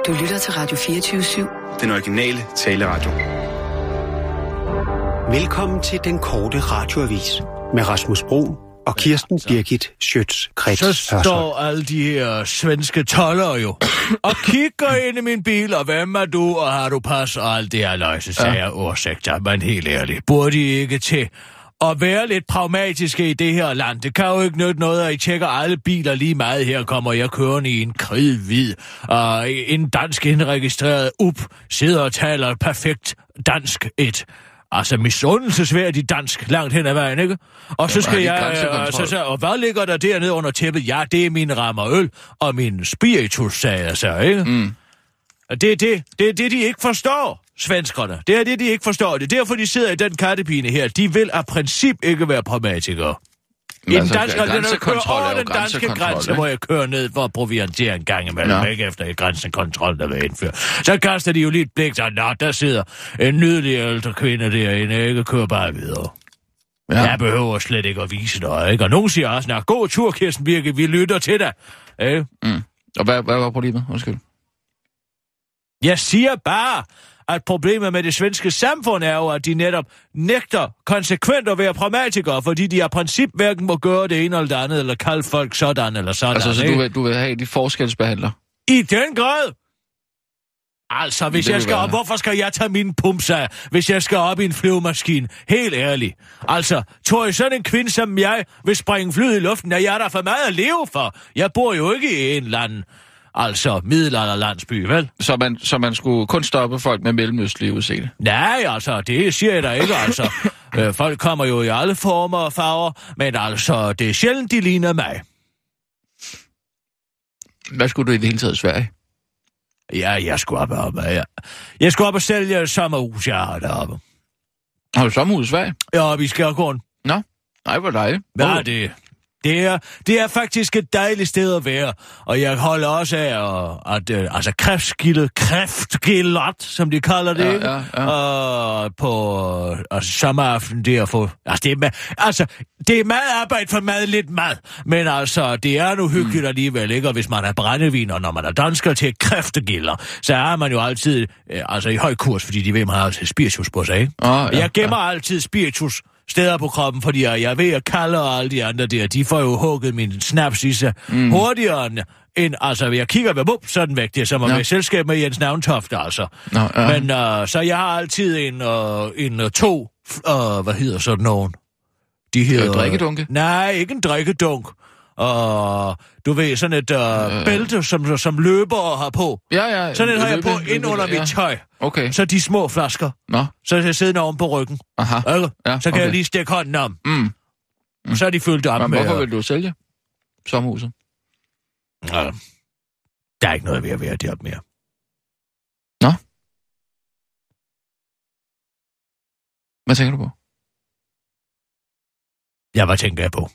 Du lytter til Radio 24/7. Den originale taleradio. Velkommen til den korte radioavis med Rasmus Bro og Kirsten Birgit Schøtz-Krets. Så står alle de her svenske toldere jo og kigger ind i min bil, og hvem er du, og har du pas, og alt det her løjse, sagde jeg, ursäkta, men helt ærligt, burde I ikke til at være lidt pragmatiske i det her land? Det kan jo ikke nytte noget, at I tjekker alle biler lige meget. Her kommer jeg kørende i en kridhvid, og en dansk indregistreret sidder og taler perfekt dansk et. Altså misundelsesværdigt dansk langt hen ad vejen, ikke? Og så skal og hvad ligger der dernede under tæppet? Ja, det er min rammer øl og min spiritus, sagde jeg så, ikke? Mm. Det er det, de ikke forstår, svenskerne. Det er det, de ikke forstår. Det er derfor, de sidder i den kattepine her. De vil af princip ikke være pragmatikere. I den danske grænse, hvor jeg kører ned for at proviantere en gang imellem, ikke efter et grænsekontrol, der vil indføre. Så kaster de jo lige et blik, så der sidder en nydelig ældre kvinde derinde, ikke, kører bare videre. Ja. Jeg behøver slet ikke at vise dig, ikke? Og nogen siger også, god tur, Kirsten Birke, vi lytter til dig. Ikke? Mm. Og hvad var problemet? Undskyld. Jeg siger bare, at problemet med det svenske samfund er jo, at de netop nægter konsekvent at være pragmatikere, fordi de af princip hverken må gøre det ene eller det andet, eller kalde folk sådan eller sådan. Altså, så du vil have de forskelsbehandler? I den grad! Altså, hvis jeg skal op, hvorfor skal jeg tage min pumps af, hvis jeg skal op i en flyvemaskine? Helt ærligt. Altså, tror I sådan en kvinde som jeg vil springe flyet i luften? Ja, jeg er der for meget at leve for. Jeg bor jo ikke i en eller anden, altså middelalderlandsby, vel? Så man skulle kun stoppe folk med mellemøstlige udseende? Nej, altså, det siger jeg da ikke, altså. Folk kommer jo i alle former og farver, men altså, det er sjældent, de ligner mig. Hvad skulle du i det hele taget i Sverige? Ja, jeg skulle op og sælge et sommerhus, jeg har deroppe. Har du sommerhus i Sverige? Ja, oppe i Skærgården. Nå, nej, hvor dejligt. Hvad er det? Det er faktisk et dejligt sted at være, og jeg holder også af altså kræftskillet, som de kalder det, ja. På sommeraften der få, det er meget arbejde for meget lidt mad, men altså det er nu hyggeligt alligevel, ikke? Og hvis man er brændevin, og når man er dansker til kræftegilder, så er man jo altid i høj kurs, fordi de ved, man har altid spiritus på sig, ikke? Jeg gemmer altid spiritus steder på kroppen, fordi jeg ved, at Kalle og alle de andre der, de får jo hugget min snaps i sig hurtigere end, altså, jeg kigger ved så er den væk, det er som at være i selskab med Jens Navntoft, altså. Men, så jeg har altid to, hvad hedder sådan nogen? De hedder... drikkedunke? Nej, ikke en drikkedunk. Du ved, sådan et bælte, som løber har på. Ja. Sådan et har jeg på ind under mit tøj. Okay. Så de små flasker. Nå. Så jeg sidder oven på ryggen. Aha. Ja, så kan jeg lige stikke hånden om. Og så er de fyldt op med... Hvorfor vil du sælge sommerhuset? Der er ikke noget ved at være deroppe mere. Nå. Hvad tænker du på? Ja, hvad tænker jeg på?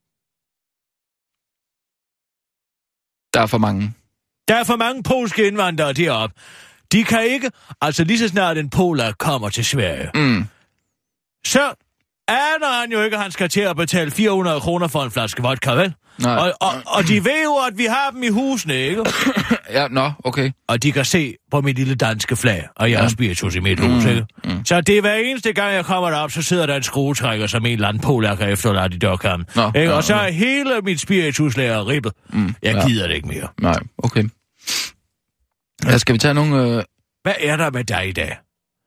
Der er for mange. Der er for mange polske indvandrere deroppe. De kan ikke... Altså lige så snart en poler kommer til Sverige, så aner han jo ikke, at han skal til at betale 400 kroner for en flaske vodka, vel? Og de ved jo, at vi har dem i husene, ikke? Ja, okay. Og de kan se på mit lille danske flag, og jeg har spiritus i mit hus, ikke? Så det er hver eneste gang, jeg kommer derop, så sidder der en skruetrækker, som en eller anden poler kan efterlade i dørkammen. Og så er hele mit spirituslager ribbet. Jeg gider det ikke mere. Nej, okay. Ja, skal vi tage nogle... Hvad er der med dig i dag?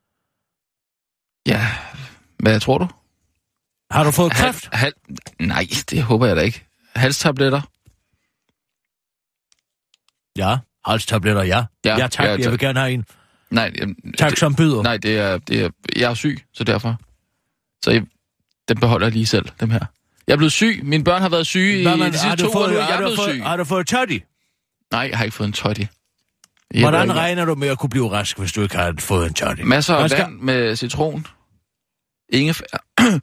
Ja, hvad tror du? Har du fået kræft? Nej, det håber jeg da ikke. Halstabletter? Ja, halstabletter, ja. Ja, tak, jeg vil gerne have en. Nej, tak som byder. Nej, det er, jeg er syg, så derfor. Så den beholder jeg lige selv, dem her. Jeg er blevet syg. Mine børn har været syge i de sidste 2 år. Jeg er blevet syg. Har du fået toddy? Nej, jeg har ikke fået en toddy. Hvordan regner du med at kunne blive rask, hvis du ikke har fået en toddy? Masser af vand med citron. Ingefær.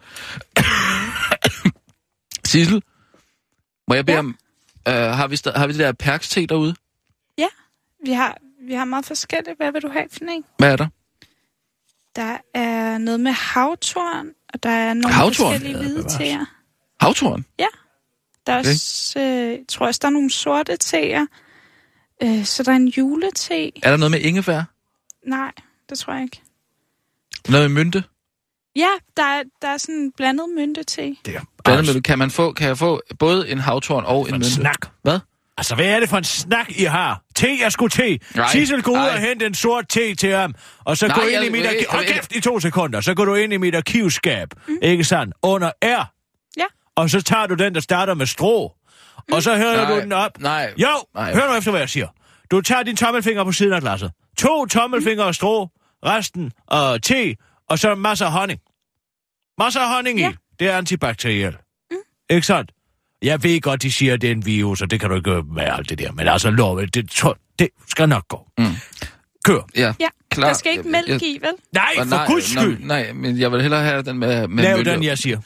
Sissel, må jeg bede om... har vi det der perks-te derude? Ja, vi har meget forskelligt. Hvad vil du have for en? Hvad er der? Der er noget med havtorn, og der er nogle forskellige hvide teer. Havtorn? Ja. Der er også, tror jeg, der er nogle sorte teer. Så der er en julete. Er der noget med ingefær? Nej, det tror jeg ikke. Noget med mynte? Ja, der er sådan en blandet mynte-te. Blandet mynte. Kan jeg få både en havtorn og en mynte? Snak. Hvad? Altså, hvad er det for en snak, I har? Jeg skulle te. Sissel, gå ud og hente en sort te til ham. Og så gå ind i mit arkiv. Hold kæft i 2 sekunder. Så går du ind i mit arkivskab. Ikke sandt? Under R. Ja. Og så tager du den, der starter med strå. Og så hører du den op. Nej. Hør nu efter, hvad jeg siger. Du tager din tommelfinger på siden af glasset. 2 tommelfingre og strå. Resten og te. Og så masser af honning. Masser af honning i. Det er antibakteriel. Ikke sandt? Jeg ved godt, de siger, at det er en virus, og det kan du ikke gøre med alt det der. Men altså, det skal nok gå. Kør. Ja, klar. Der skal ikke mælk i, vel? Nej, for guds skyld. Nej, men jeg vil hellere have den med lav den, jeg siger.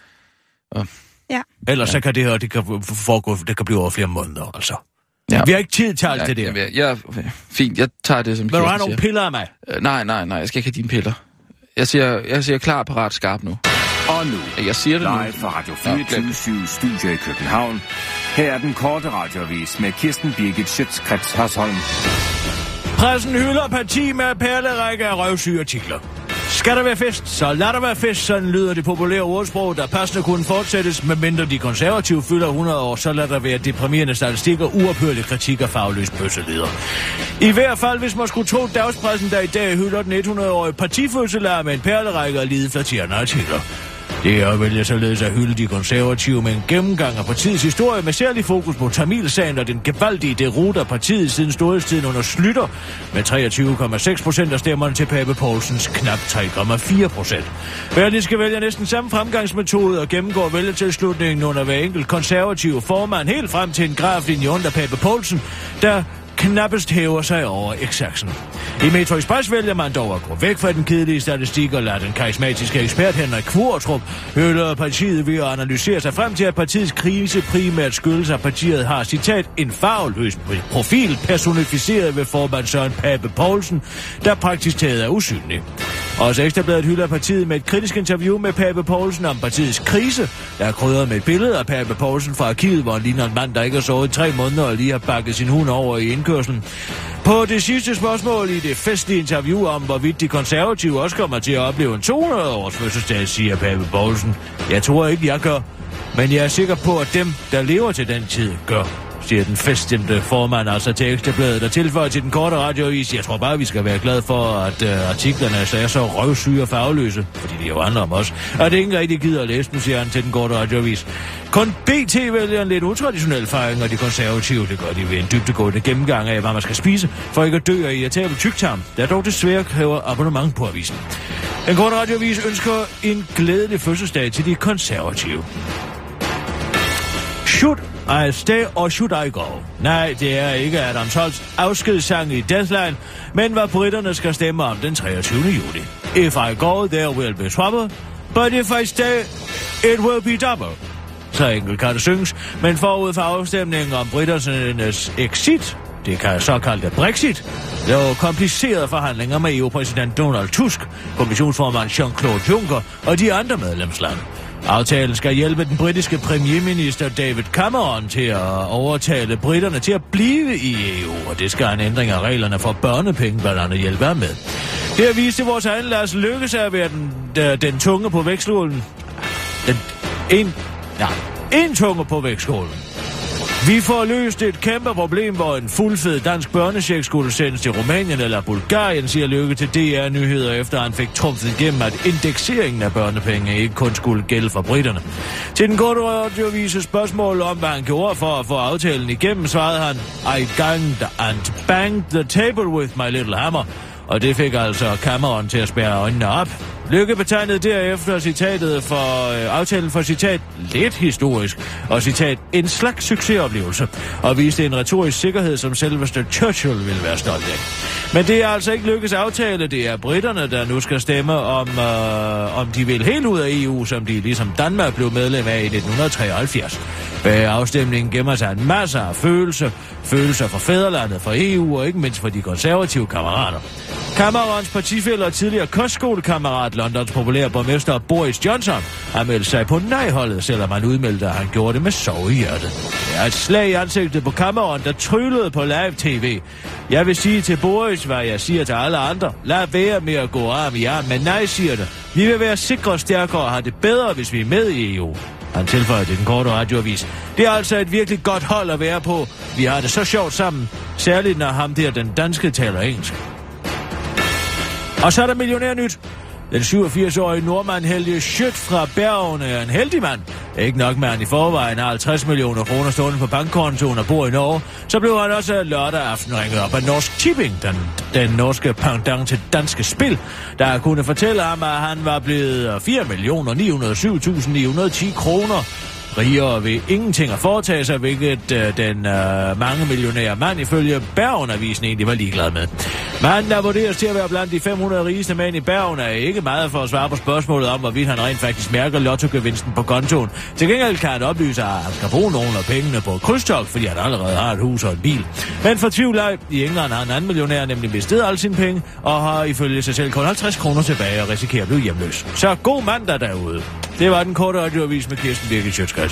Ja. Ellers så kan det her, det kan foregå, det kan blive over flere måneder, altså. Ja. Vi har ikke tid til alt det der. Fint, jeg tager det som Vil du have nogle piller af mig? Nej, jeg skal ikke have dine piller. Jeg siger klar, parat, skarp nu. Og nu, jeg siger det live fra Radio 24 Studio i København. Her er den korte radioavis med Kirsten Birgit Schøtz-Krets Hørsholm. Pressen hylder parti med perlerække af røvsyge artikler. Skal der være fest, så lad der være fest, sådan lyder det populære ordsprog, der passende kunne fortsættes, medmindre de konservative fylder 100 år, så lad der være deprimerende statistikker, uophørlig kritik og fagløs bøsseleder. I hvert fald, hvis man skulle tro dagspressen, der i dag hylder den 100-årige partifødselar med en perlerække af lideflatterende artikler. Det er vælger således at hylde de konservative med en gennemgang af partiets historie med særlig fokus på Tamilsagen og den gevaldige deroute af partiet siden storhedstiden under Slytter med 23,6% af stemmerne til Pape Poulsens knap 3,4%. Berlingske vælger næsten samme fremgangsmetode og gennemgår vælgertilslutningen under hver enkelt konservative formand helt frem til en graflinje under Pape Poulsen, der knappest hæver sig over eksaksen. I Metro Express vælger man dog at gå væk fra den kedelige statistik og lade den karismatiske ekspert Henrik Kvartrup hylde partiet ved at analysere sig frem til, at partiets krise primært skyldes, at partiet har, citat, en farveløs profil personificeret ved formand Søren Pape Poulsen, der praktisk taget er usynlig. Også Ekstrabladet hylder partiet med et kritisk interview med Pape Poulsen om partiets krise, der er krydret med et billede af Pape Poulsen fra arkivet, hvor han ligner en mand, der ikke har sovet i 3 måneder og lige har bakket sin hund over i indkørslen. På det sidste spørgsmål i det festlige interview om, hvorvidt de konservative også kommer til at opleve en 200-års fødselsdag, siger Pape Poulsen. Jeg tror ikke, jeg gør, men jeg er sikker på, at dem, der lever til den tid, gør, siger den feststemte formand, altså til Ekstrabladet, der tilføjer til den korte radioavis. Jeg tror bare, vi skal være glade for, at artiklerne er så røvsyge og fagløse, fordi det jo handler om os, og det ingen rigtig gider at læse, nu siger han til den korte radioavis. Kun BT vælger en lidt utraditionel fejring, og de konservative, det gør de ved en dybdegående gennemgang af, hvad man skal spise, for ikke at dø af irritabel tyktarm, der dog desværre kræver abonnement på avisen. Den korte radioavis ønsker en glædelig fødselsdag til de konservative. Should I stay or should I go? Nej, det er ikke Adam Scholz afskedssang i Deadline, men hvad britterne skal stemme om den 23. juli. If I go, there will be trouble, but if I stay, it will be double. Så enkelt kan det synges, men forud for afstemningen om britternes exit, det kan såkaldte Brexit, lave komplicerede forhandlinger med EU-præsident Donald Tusk, kommissionsformand Jean-Claude Juncker og de andre medlemslande. Aftalen skal hjælpe den britiske premierminister David Cameron til at overtale britterne til at blive i EU, og det skal en ændring af reglerne for børnepenge blandt andet hjælpe med. Her viste vores egen Lars Løkke sig at være den tunge på vægtskålen. En tunge på vægtskålen. Vi får løst et kæmpe problem, hvor en fuldfed dansk børnecheck skulle sendes til Rumænien eller Bulgarien, siger Løkke til DR Nyheder, efter han fik trumfet igennem, at indekseringen af børnepenge ikke kun skulle gælde for britterne. Til den korte radiovise spørgsmål om, hvad han gjorde for at få aftalen igennem, svarede han, I ganged and banged the table with my little hammer. Og det fik altså Cameron til at spærre øjnene op. Løkke betegnede derefter citatet for aftalen for citat lidt historisk og citat en slags succesoplevelse og viste en retorisk sikkerhed, som selveste Churchill ville være stolt af. Men det er altså ikke Løkkes aftale, det er britterne, der nu skal stemme om de vil helt ud af EU, som de ligesom Danmark blev medlem af i 1973. Bag afstemningen gemmer sig en masse af følelser for fædrelandet, for EU og ikke mindst for de konservative kammerater. Camerons partifæller og tidligere kostskolekammerat, Londons populære borgmester Boris Johnson, har meldt sig på nej-holdet, selvom han udmeldte, at han gjorde det med sorg i hjertet. Det er et slag i ansigtet på Cameron, der tryllede på live-tv. Jeg vil sige til Boris, hvad jeg siger til alle andre. Lad være med at gå arm i arm, men nej, siger det. Vi vil være sikre og stærkere og have det bedre, hvis vi er med i EU. Han tilføjer til den korte radioavis. Det er altså et virkelig godt hold at være på. Vi har det så sjovt sammen, særligt når ham der, den danske, taler engelsk. Og så er der millionærnyt. Den 87-årige nordmand Helge Schødt fra Bergen er en heldig mand. Ikke nok med han i forvejen har 50 millioner kroner stående på bankkontoen og bor i Norge, så blev han også lørdag aften ringet op af Norsk Tipping, den norske pendant til Danske Spil, der kunne fortælle ham, at han var blevet 4.907.910 kroner rigere ved ingenting at foretage sig, hvilket den mange millionære mand ifølge Bergen-avisen egentlig var ligeglad med. Manden, der vurderes til at være blandt de 500 rigeste mænd i Bergen, er ikke meget for at svare på spørgsmålet om, hvorvidt han rent faktisk mærker lottogevinsten på kontoen. Til gengæld kan han oplyse, at han skal bruge nogle af pengene på krydstogt, fordi han allerede har et hus og en bil. Men for tvivl ej, i England har en anden millionær nemlig mistet alle sine penge, og har ifølge sig selv kun 50 kroner tilbage og risikerer at blive hjemløs. Så god mandag derude. Det var den korte radioavis med Kirsten Birgit Schøtz.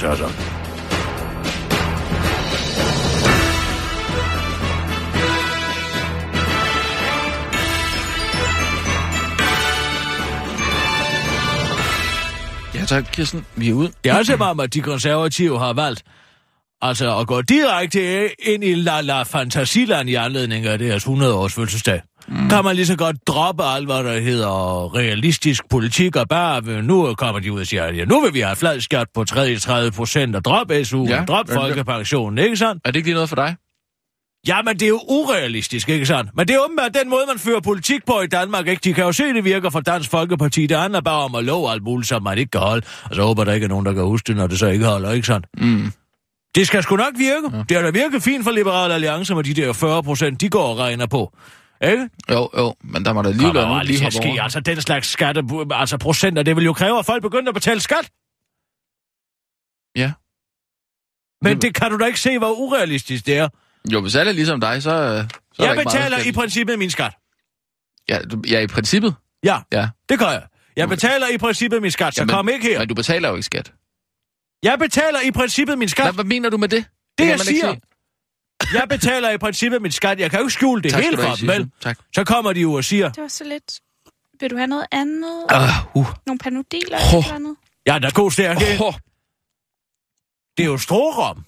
Ja tak, Kirsten. Vi er ude. Det er også meget, at de konservative har valgt altså at gå direkte ind i La Fantasiland i anledning af deres 100-års fødselsdag. Kan man lige så godt droppe alt, hvad der hedder realistisk politik, og bare nu kommer de ud og siger, ja, nu vil vi have flad skat på 33% og drop SU, ja, og drop folkepensionen, ikke sandt? Er det ikke lige noget for dig? Ja, men det er jo urealistisk, ikke sandt? Men det er åbenbart den måde, man fører politik på i Danmark, ikke? De kan jo se, det virker for Dansk Folkeparti. Det handler bare om at love alt muligt, som man ikke kan holde. Og så håber der ikke er nogen, der kan huske det, når det så ikke holder, ikke sandt? Det skal sgu nok virke. Ja. Det har da virket fint for Liberal Alliance med de der 40%, de går og regner på. Ikke? Jo, men der må da lige være lige hoppe over. Altså den slags skatte, altså procenter, det vil jo kræve, at folk begynder at betale skat. Ja. Men det kan du da ikke se, hvor urealistisk det er. Jo, hvis alle er ligesom dig, så jeg betaler i princippet min skat. Ja, i princippet? Ja, det gør jeg. Jeg betaler i princippet min skat, så kom ikke her. Men du betaler jo ikke skat. Jeg betaler i princippet min skat. Hvad mener du med det? Det jeg siger. Jeg betaler i princippet min skat. Jeg kan jo ikke skjule det hele for dem, vel? Tak. Så kommer de jo og siger... Det var så lidt... Vil du have noget andet? Nogle Panodiler eller andet? Ja, der er god stærke. Det er jo strårom.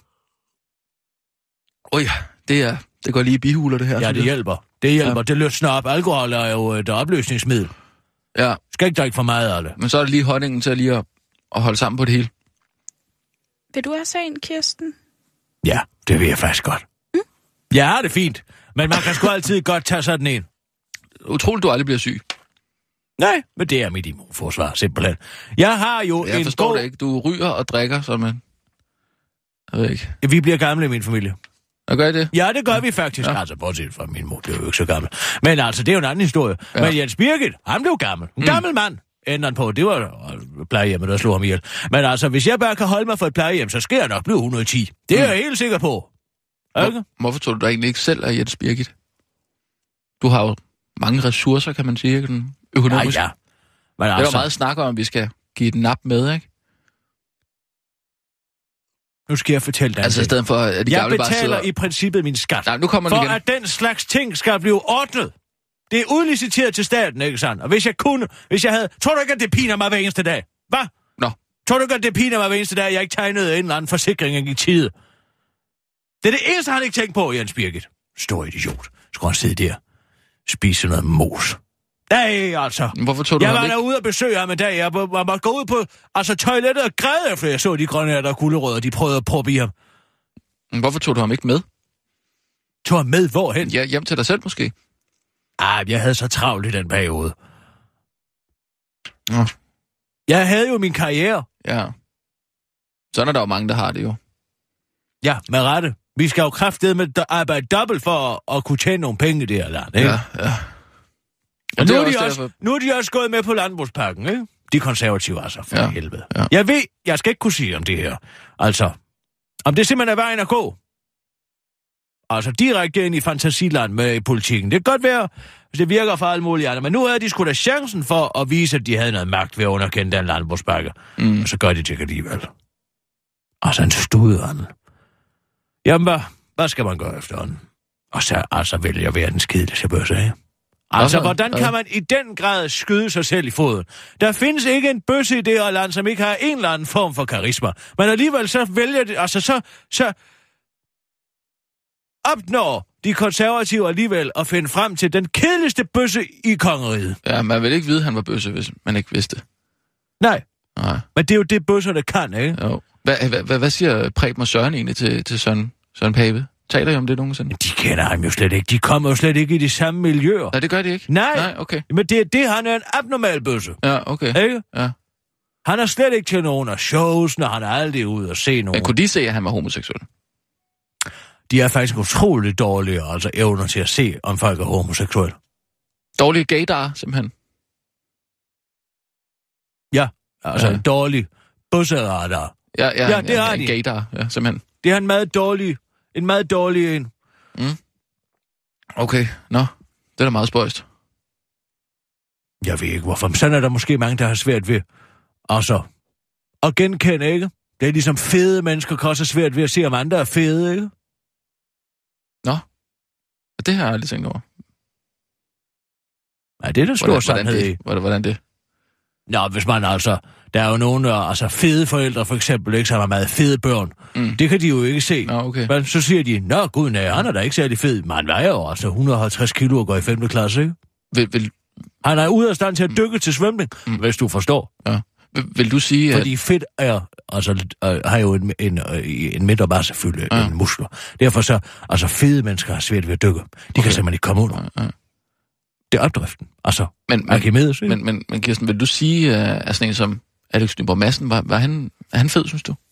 Det går lige i bihuler, det her. Ja, det hjælper. Det hjælper. Ja. Det løsner op. Alkohol er jo et opløsningsmiddel. Ja. Skal ikke drikke for meget af det. Men så er det lige honningen til lige at holde sammen på det hele. Vil du have så en, Kirsten? Ja, det vil jeg faktisk godt. Ja, det er fint. Men man kan sgu altid godt tage sådan en. Utroligt, du aldrig bliver syg. Nej, men det er mit immunforsvar, simpelthen. Jeg har jo jeg forstår det ikke. Du ryger og drikker, så man... Jeg ved ikke. Vi bliver gamle i min familie. Og gør I det? Ja, det gør vi faktisk. Ja. Altså, bortset fra min mor, det er jo ikke så gammel. Men altså, det er jo en anden historie. Ja. Men Jens Birgit, han blev gammel. En gammel mand. Ænderen på, det var plejehjemmet, der slog ham ihjel. Men altså, hvis jeg bare kan holde mig for et plejehjem, så skal jeg nok blive 110. Det er jeg helt sikker på. Okay? Hvorfor tror du da egentlig ikke selv af Jens Birgit? Du har jo mange ressourcer, kan man sige, ikke? Økonomisk. Ja. Men altså... Det er jo meget snak om, at vi skal give et nap med, ikke? Nu skal jeg fortælle dig. Altså i stedet for, at de jeg betaler sidder... i princippet min skat. Nej, nu kommer for igen. At den slags ting skal blive ordnet. Det er udliciteret til staten, ikke sandt? Og hvis jeg havde... Tror du ikke, at det piner mig hver eneste dag? Hvad? Nå. Tror du ikke, at det piner mig hver eneste dag, at jeg ikke tegnede en eller anden forsikring i tide? Det er det eneste, han ikke tænkt på, Jens Birgit. Stor idiot. Skulle han sidde der? Spise noget mos. Nej, altså. Hvorfor tog du jeg var derude og besøge ham en dag. Jeg måtte gå ud på toilettet og græde, efter jeg så de grønne og gulerødder, de prøvede at proppe i ham. Hvorfor tog du ham ikke med? Tog ham med hvorhen? Ja, hjem til dig selv måske. Jeg havde så travlt i den periode. Nå. Jeg havde jo min karriere. Ja. Sådan er der jo mange, der har det jo. Ja, med rette. Vi skal jo kraftedeme arbejde dobbelt for at kunne tjene nogle penge i det her land, ikke? Ja. Og nu er de også gået med på landbrugspakken, ikke? De konservative altså, for helvede. Ja. Jeg ved, jeg skal ikke kunne sige om det her. Altså, Om det simpelthen er vejen at gå. Altså direkte ind i fantasiland med politikken. Det kan godt være, hvis det virker for alle mulige andre. Men nu havde de sgu da chancen for at vise, at de havde noget magt ved at underkende den landbrugspakke. Og så gør de det alligevel. Altså en studiehandel. Jamen, hvad skal man gøre efterhånden? Og så altså vælger verdens kedeligste bøsse, ikke? Altså, hvordan kan man i den grad skyde sig selv i foden? Der findes ikke en bøsse i det her land, som ikke har en eller anden form for karisma. Men alligevel så vælger det, altså så opnår de konservative alligevel at finde frem til den kedeligste bøsse i kongeriget. Ja, man vil ikke vide, at han var bøsse, hvis man ikke vidste. Nej. Men det er jo det bøsserne kan, ikke? Jo. Hvad siger Preben og Søren egentlig til Søren Pape? Taler I om det nogensinde? De kender ham jo slet ikke. De kommer jo slet ikke i de samme miljøer. Nej, det gør de ikke? Nej, okay. Men det han er en abnormal bøsse. Ja, okay. Ikke? Ja. Han er slet ikke til nogen af shows, når han er aldrig ude og se nogen. Men kunne de se, at han var homoseksuel? De er faktisk utroligt dårlige, altså evner til at se, om folk er homoseksuelle. Dårlige gaydar, simpelthen? Ja, altså en dårlig bøsseradar. Ja, det har de. En gaydar, ja, simpelthen. Det er en meget dårlig en. Okay, det er da meget spøjst. Jeg ved ikke hvorfor, men sådan er der måske mange, der har svært ved, altså, at genkende, ikke? Det er ligesom fede mennesker, kan også have svært ved at se, om andre er fede, ikke? Det har jeg aldrig tænkt over. Ja, det er der stor sandhed i. Hvordan det? Nå, hvis man altså... Der er jo nogle altså fede forældre, for eksempel, ikke, som har meget fede børn. Det kan de jo ikke se. Okay. Men så siger de, nå gud, nej, han er da ikke særlig fed. Men han vejer jo altså 150 kilo og går i 5. klasse, ikke? Han er ude af stand til at dykke til svømning, hvis du forstår. Ja. Vil du sige, fordi fedt er, altså, har jo en mindre massefylde end muskler. Derfor så, altså fede mennesker har svært ved at dykke. De kan simpelthen ikke komme under. Det er opdriften. Altså, Archimedes. Men Kirsten, vil du sige, at sådan en som Alex Nyborg Madsen, er han fed, synes du?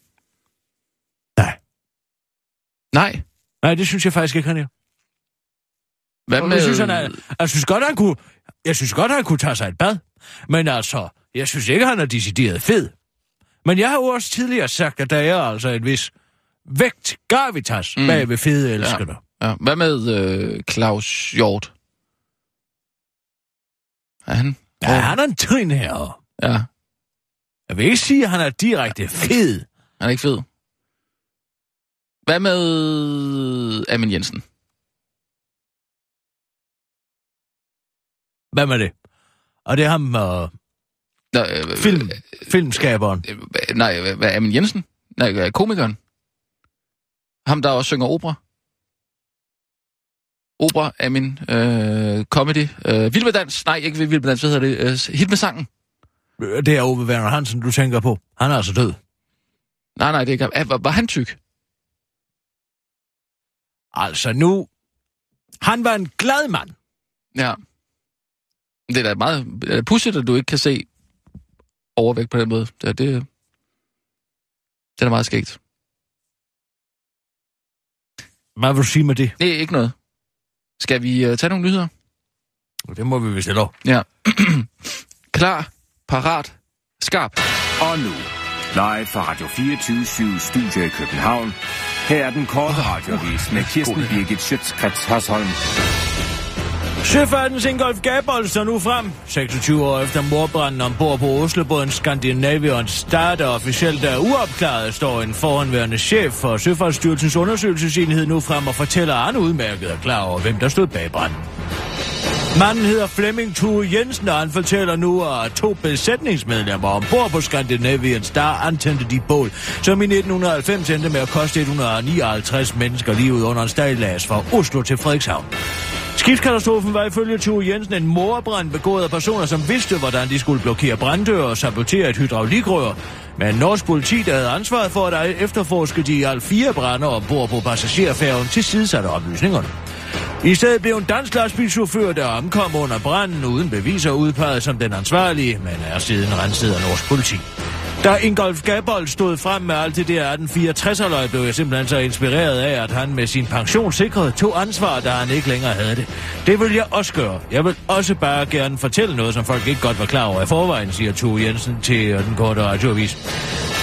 Nej? Nej, det synes jeg faktisk ikke, han er. Hvad med... Jeg synes godt, han kunne tage sig et bad. Men altså, jeg synes ikke, han er decideret fed. Men jeg har jo også tidligere sagt, at der er altså en vis vægt gravitas bag ved fede elskerne. Ja. Hvad med Claus Hjort? Han er en trin her. Ja. Jeg vil ikke sige, at han er direkte fed. Han er ikke fed. Hvad med Amin Jensen? Hvad med det? Og det er ham, filmskaberen. Nej, hvad er Amin Jensen? Nej, komikeren. Ham, der også synger opera. Opera, Amin, comedy, Vild med dans. Nej, ikke Vild med dans, hvad hedder det? Hit med sangen. Det er Ove Werner Hansen, du tænker på. Han er altså død. Nej, det er ikke. Var han tyk? Altså nu... Han var en glad mand. Ja. Det er da meget pudsigt, at du ikke kan se overvægt på den måde. Det er meget skægt. Hvad vil du sige med det? Det er ikke noget. Skal vi tage nogle nyheder? Det må vi vist lov. Ja. Klar, parat, skarp. Og nu, live fra Radio 24/7 Studio i København. Her er den korte radioavis med Kirsten Birgit Schøtz-Krets Hørsholm. Søfartens Ingolf Gabold står nu frem. 26 år efter mordbranden ombord på Oslobåden Scandinavian Star, der officielt er uopklaret, står en forhåndværende chef for Søfartsstyrelsens undersøgelsesenhed nu frem og fortæller, at han udmærket er klar over, hvem der stod bag branden. Manden hedder Flemming Thue Jensen, og han fortæller nu, at 2 besætningsmedlemmer ombord på Scandinavian Star antændte de bål, som i 1990 endte med at koste 159 mennesker livet under en stejlads fra Oslo til Frederikshavn. Skibskatastrofen var ifølge Thue Jensen en mordbrand begået af personer, som vidste, hvordan de skulle blokere branddøre og sabotere et hydraulikrør. Men norsk politi, der havde ansvaret for at efterforske de i alt 4 brænder ombord på passagerfærgen, tilsidesatte oplysningerne. I stedet blev en dansk lastbilchauffør, der omkom under branden uden beviser, udpeget som den ansvarlige, men er siden renset af norsk politi. Da Ingolf Gabold stod frem med alt det der 1864'er, blev jeg simpelthen så inspireret af, at han med sin pension sikrede tog ansvar, da han ikke længere havde det. Det vil jeg også gøre. Jeg vil også bare gerne fortælle noget, som folk ikke godt var klar over i forvejen, siger Thue Jensen til den korte radioavis.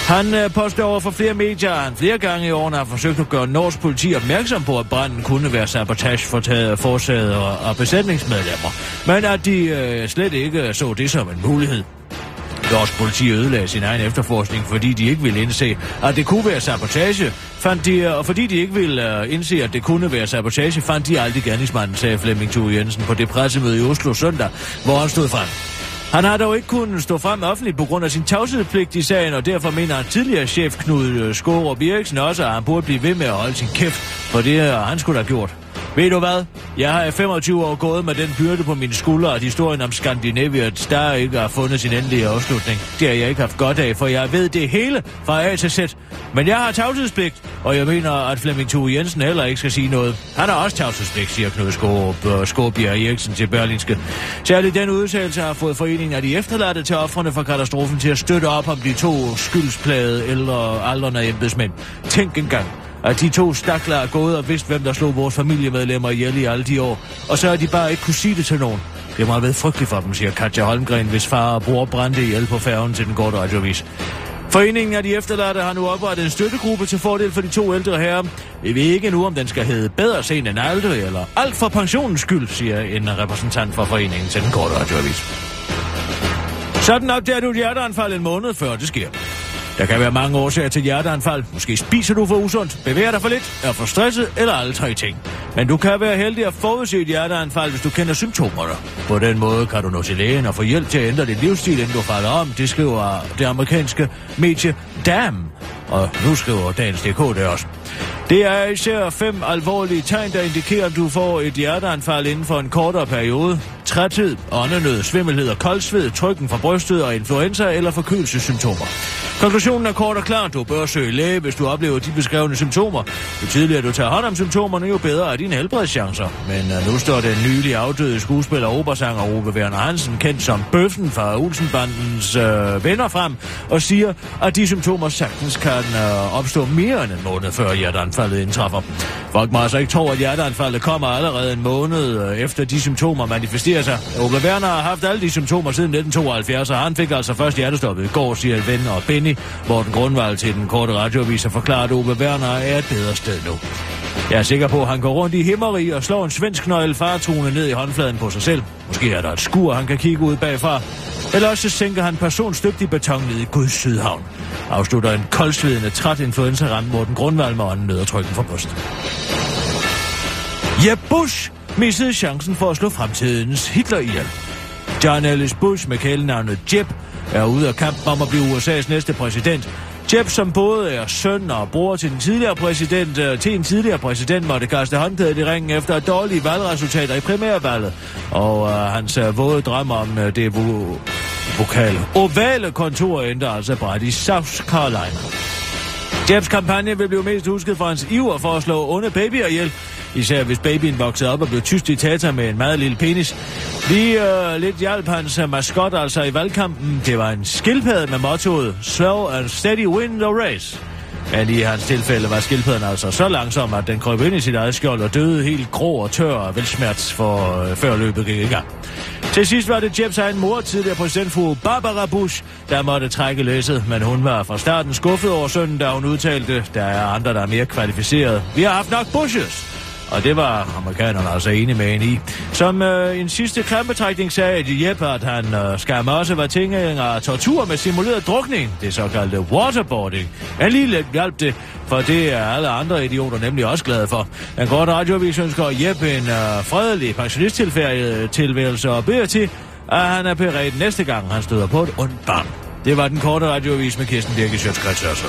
Han påstår over for flere medier, at han flere gange i årene har forsøgt at gøre norsk politi opmærksom på, at branden kunne være sabotage foretaget af besætningsmedlemmer, men at de slet ikke så det som en mulighed. Norsk politi ødelagde sin egen efterforskning, fordi de ikke ville indse, at det kunne være sabotage. Og fordi de ikke ville indse, at det kunne være sabotage, fandt de aldrig gerningsmanden, sagde Flemming Thue Jensen på det pressemøde i Oslo søndag, hvor han stod frem. Han har dog ikke kunnet stå frem offentligt på grund af sin tavshedspligt i sagen, og derfor mener han tidligere chef Knud Skårup Eriksen også, at han burde blive ved med at holde sin kæft, for det han skulle have gjort. Ved du hvad? Jeg har i 25 år gået med den byrde på mine skuldre, at historien om Scandinavian Star ikke har fundet sin endelige afslutning. Det har jeg ikke haft godt af, for jeg ved det hele fra A til Z. Men jeg har tavshedspligt, og jeg mener, at Flemming Thue Jensen heller ikke skal sige noget. Han har også tavshedspligt, siger Knud Skårup Eriksen til Berlingske. Særligt den udtalelse har fået foreningen af de efterladte til ofrene for katastrofen til at støtte op om de 2 skyldsplagede ældre aldrende embedsmænd. Tænk engang, at de 2 stakler er gået og vidst, hvem der slog vores familiemedlemmer ihjel i alle de år. Og så har de bare ikke kunne sige det til nogen. Det har været frygteligt for dem, siger Katja Holmgren, hvis far og bror brændte ihjel på færgen til den korte radioavis. Foreningen af de efterladte har nu oprettet en støttegruppe til fordel for de 2 ældre herrer. Vi ved ikke nu, om den skal hedde bedre sent end aldrig, eller alt for pensionens skyld, siger en repræsentant for foreningen til den korte radioavis. Sådan opdager du et hjerteanfald en måned før det sker. Der kan være mange årsager til hjerteanfald. Måske spiser du for usundt, bevæger dig for lidt, er for stresset eller alle 3 ting. Men du kan være heldig at forudse et hjerteanfald, hvis du kender symptomerne. På den måde kan du nå til lægen og få hjælp til at ændre dit livsstil, inden du falder om. Det skriver det amerikanske medie Damn. Og nu skriver Dagens DK det også. Det er især 5 alvorlige tegn, der indikerer, at du får et hjerteanfald inden for en kortere periode. Træthed, åndenød, svimmelhed og koldsved, trykken fra brystet og influenza eller forkølelsessymptomer. Konklusionen er kort og klar. Du bør søge læge, hvis du oplever de beskrevne symptomer. Jo tidligere du tager hånd om symptomerne, jo bedre er dine helbredschancer. Men nu står den nylig afdøde skuespiller og operasanger Ove Werner Hansen, kendt som Bøffen fra Olsenbandens venner, frem og siger, at de symptomer sagtens kan opstå mere end en måned før hjerteanfaldet indtræffer. Folk må altså ikke tro, at hjerteanfaldet kommer allerede en måned efter de symptomer manifesterer sig. Ove Werner har haft alle de symptomer siden 1972, og han fik altså først hjertestoppet i går, siger ven og Benny, Morten Grundvald til den korte radioavis og forklarer, at Ove Werner er et bedre sted nu. Jeg er sikker på, at han går rundt i himmeri og slår en svensk nøgle faretruende ned i håndfladen på sig selv. Måske er der et skur, han kan kigge ud bagfra. Eller også sænker han personstøbt i beton ned i Guds Sydhavn. Afslutter en koldsvedende træt influenza-ramt Morten Grundvald med ånden og trykken fra bryst. Jeb Bush missede chancen for at slå fremtidens Hitler ihjel. John Ellis Bush med kælenavnet Jeb er ude af kampen om at blive USA's næste præsident. Jeb, som både er søn og bror til en tidligere præsident, måtte kaste håndklædet i ringen efter dårlige valgresultater i primærvalget. Og hans våde drøm om det ovale kontor endte altså bræt i South Carolina. Jebs kampagne vil blive mest husket for hans iver for at slå onde babyer ihjel. Især hvis babyen voksede op og blev tysk diktator med en meget lille penis. Lige lidt hjalp hans maskot altså i valgkampen. Det var en skildpadde med mottoet Slow and steady win the race. Men i hans tilfælde var skildpadden altså så langsom, at den krøb ind i sit eget skjold og døde helt grå og tør og velsmerts før løbet gik i gang. Til sidst var det Jebs egen mor, tidligere præsidentfru Barbara Bush, der måtte trække læsset, men hun var fra starten skuffet over sønnen, da hun udtalte, der er andre, der er mere kvalificeret. Vi har haft nok Bushes. Og det var amerikanerne altså enige med hende i. Som en sidste krampetrækning sagde Jeb, at han skam også var tilhænger af tortur med simuleret drukning, det såkaldte waterboarding. Men lige lidt hjalp det, for det er alle andre idioter nemlig også glade for. Den korte radioavis ønsker Jeb en fredelig pensionisttilværelse og beder til, at han er beredt næste gang, han støder på et ondt barn. Det var den korte radioavis med Kirsten Birgit Schøtz-Krets Hørsholm.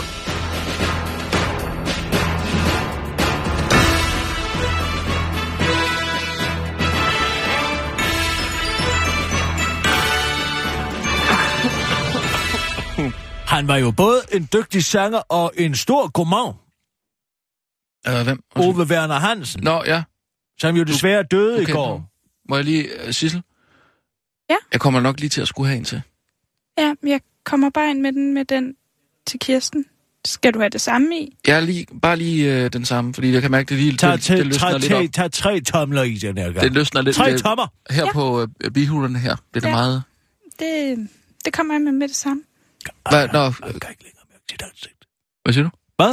Han var jo både en dygtig sanger og en stor gourmand. Hvem? Ove Werner Hansen. Nå, ja. Som jo desværre døde i går. Må jeg lige, Sissel? Ja? Jeg kommer nok lige til at skulle have en til. Ja, jeg kommer bare ind med den til Kirsten. Skal du have det samme i? Ja, bare lige den samme, fordi jeg kan mærke, det løsner lidt op. Tag 3 tomler i den her gang. Det løsner lidt. 3 tommer? Her på bihulerne her. Det er da meget... Det kommer jeg med det samme. Hvad? Nå, dit ansigt. Hvad siger du? Hvad?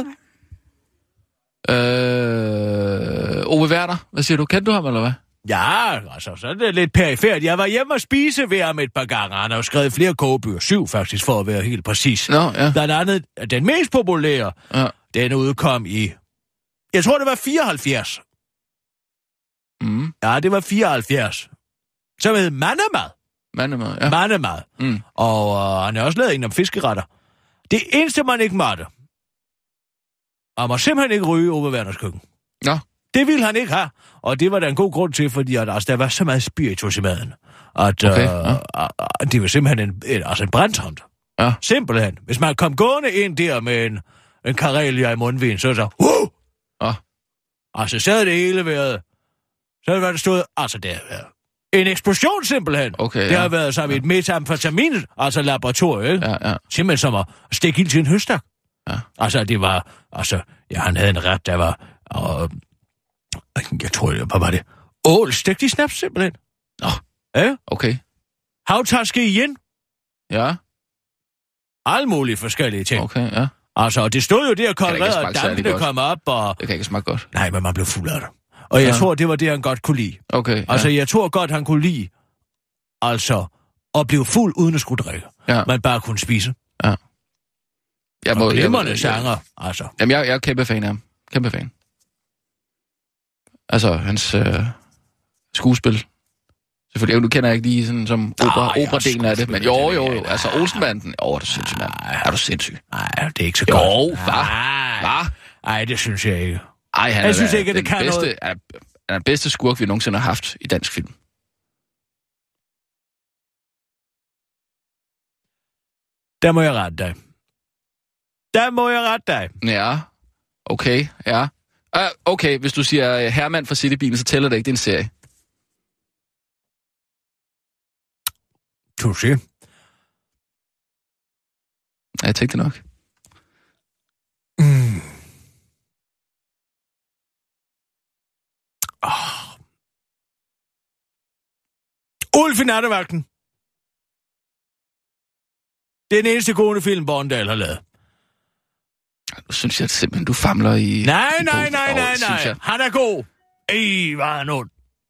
Ove Werner, hvad siger du? Kender du ham, eller hvad? Ja, altså, så er det lidt perifært. Jeg var hjemme og spise ved ham et par gange. Han har jo skrevet flere kogebøger. 7 faktisk, for at være helt præcis. Nå, ja. Blandt andet, den mest populære, den udkom i... Jeg tror, det var 74. Ja, det var 74. Som hed Mannemad. Mannemad, ja. Mannemad. Og han har også lavet en om fiskeretter. Det eneste, man ikke måtte. Han må simpelthen ikke ryge Ove Werners køkken. Nå. Det ville han ikke have. Og det var der en god grund til, fordi at, altså, der var så meget spiritus i maden. At det var simpelthen en brandhånd. Ja. Simpelthen. Hvis man kom gående ind der med en Karelia i mundvin, så altså, så havde det hele været... Så havde det stået... Altså, det havde været en eksplosion simpelthen. Okay, det har været som et metamfetamin, altså laboratorium, ikke? Ja. Simpelthen som at stikke ild til en høstak. Ja. Altså, det var... Altså, ja, han havde en ret, der var... jeg tror, hvad var det? Ål stegt i snaps simpelthen. Nå. Ja? Okay. Havtaske igen. Ja. Alle mulige forskellige ting. Okay, ja. Altså, og det stod jo der koloreret, og dampene kom op, og... Det kan ikke smage godt. Nej, men man blev fuld af det. Og jeg tror, det var det, han godt kunne lide. Okay, ja. Altså, jeg tror godt, han kunne lide, altså, at blive fuld uden at skulle drikke. Ja. Man bare kunne spise. Ja. Og glimrende sanger, altså. Jamen, jeg er kæmpe fan af ham. Kæmpe fan. Altså, hans skuespil. Selvfølgelig, nu kender jeg ikke lige sådan som opera-delen af det, men jo, altså Olsenbanden. Det er sindssygt, mand. Er du sindssyg? Nej, det er ikke så godt. Jo, hvad? Nej, det synes jeg ikke. Ej, jeg synes ikke, at det kan bedste, noget. Han er den bedste skurk, vi nogensinde har haft i dansk film. Der må jeg rette dig. Ja, okay, ja. Okay, hvis du siger Herman fra Citybilen, så tæller det ikke, det er en serie. Touché. Ja, jeg tænkte nok. Ulf i nattevagten. Det er den eneste gode film, Borndal har lavet. Nu synes jeg simpelthen, du famler i... Nej. Han er god. Hvor er han ond.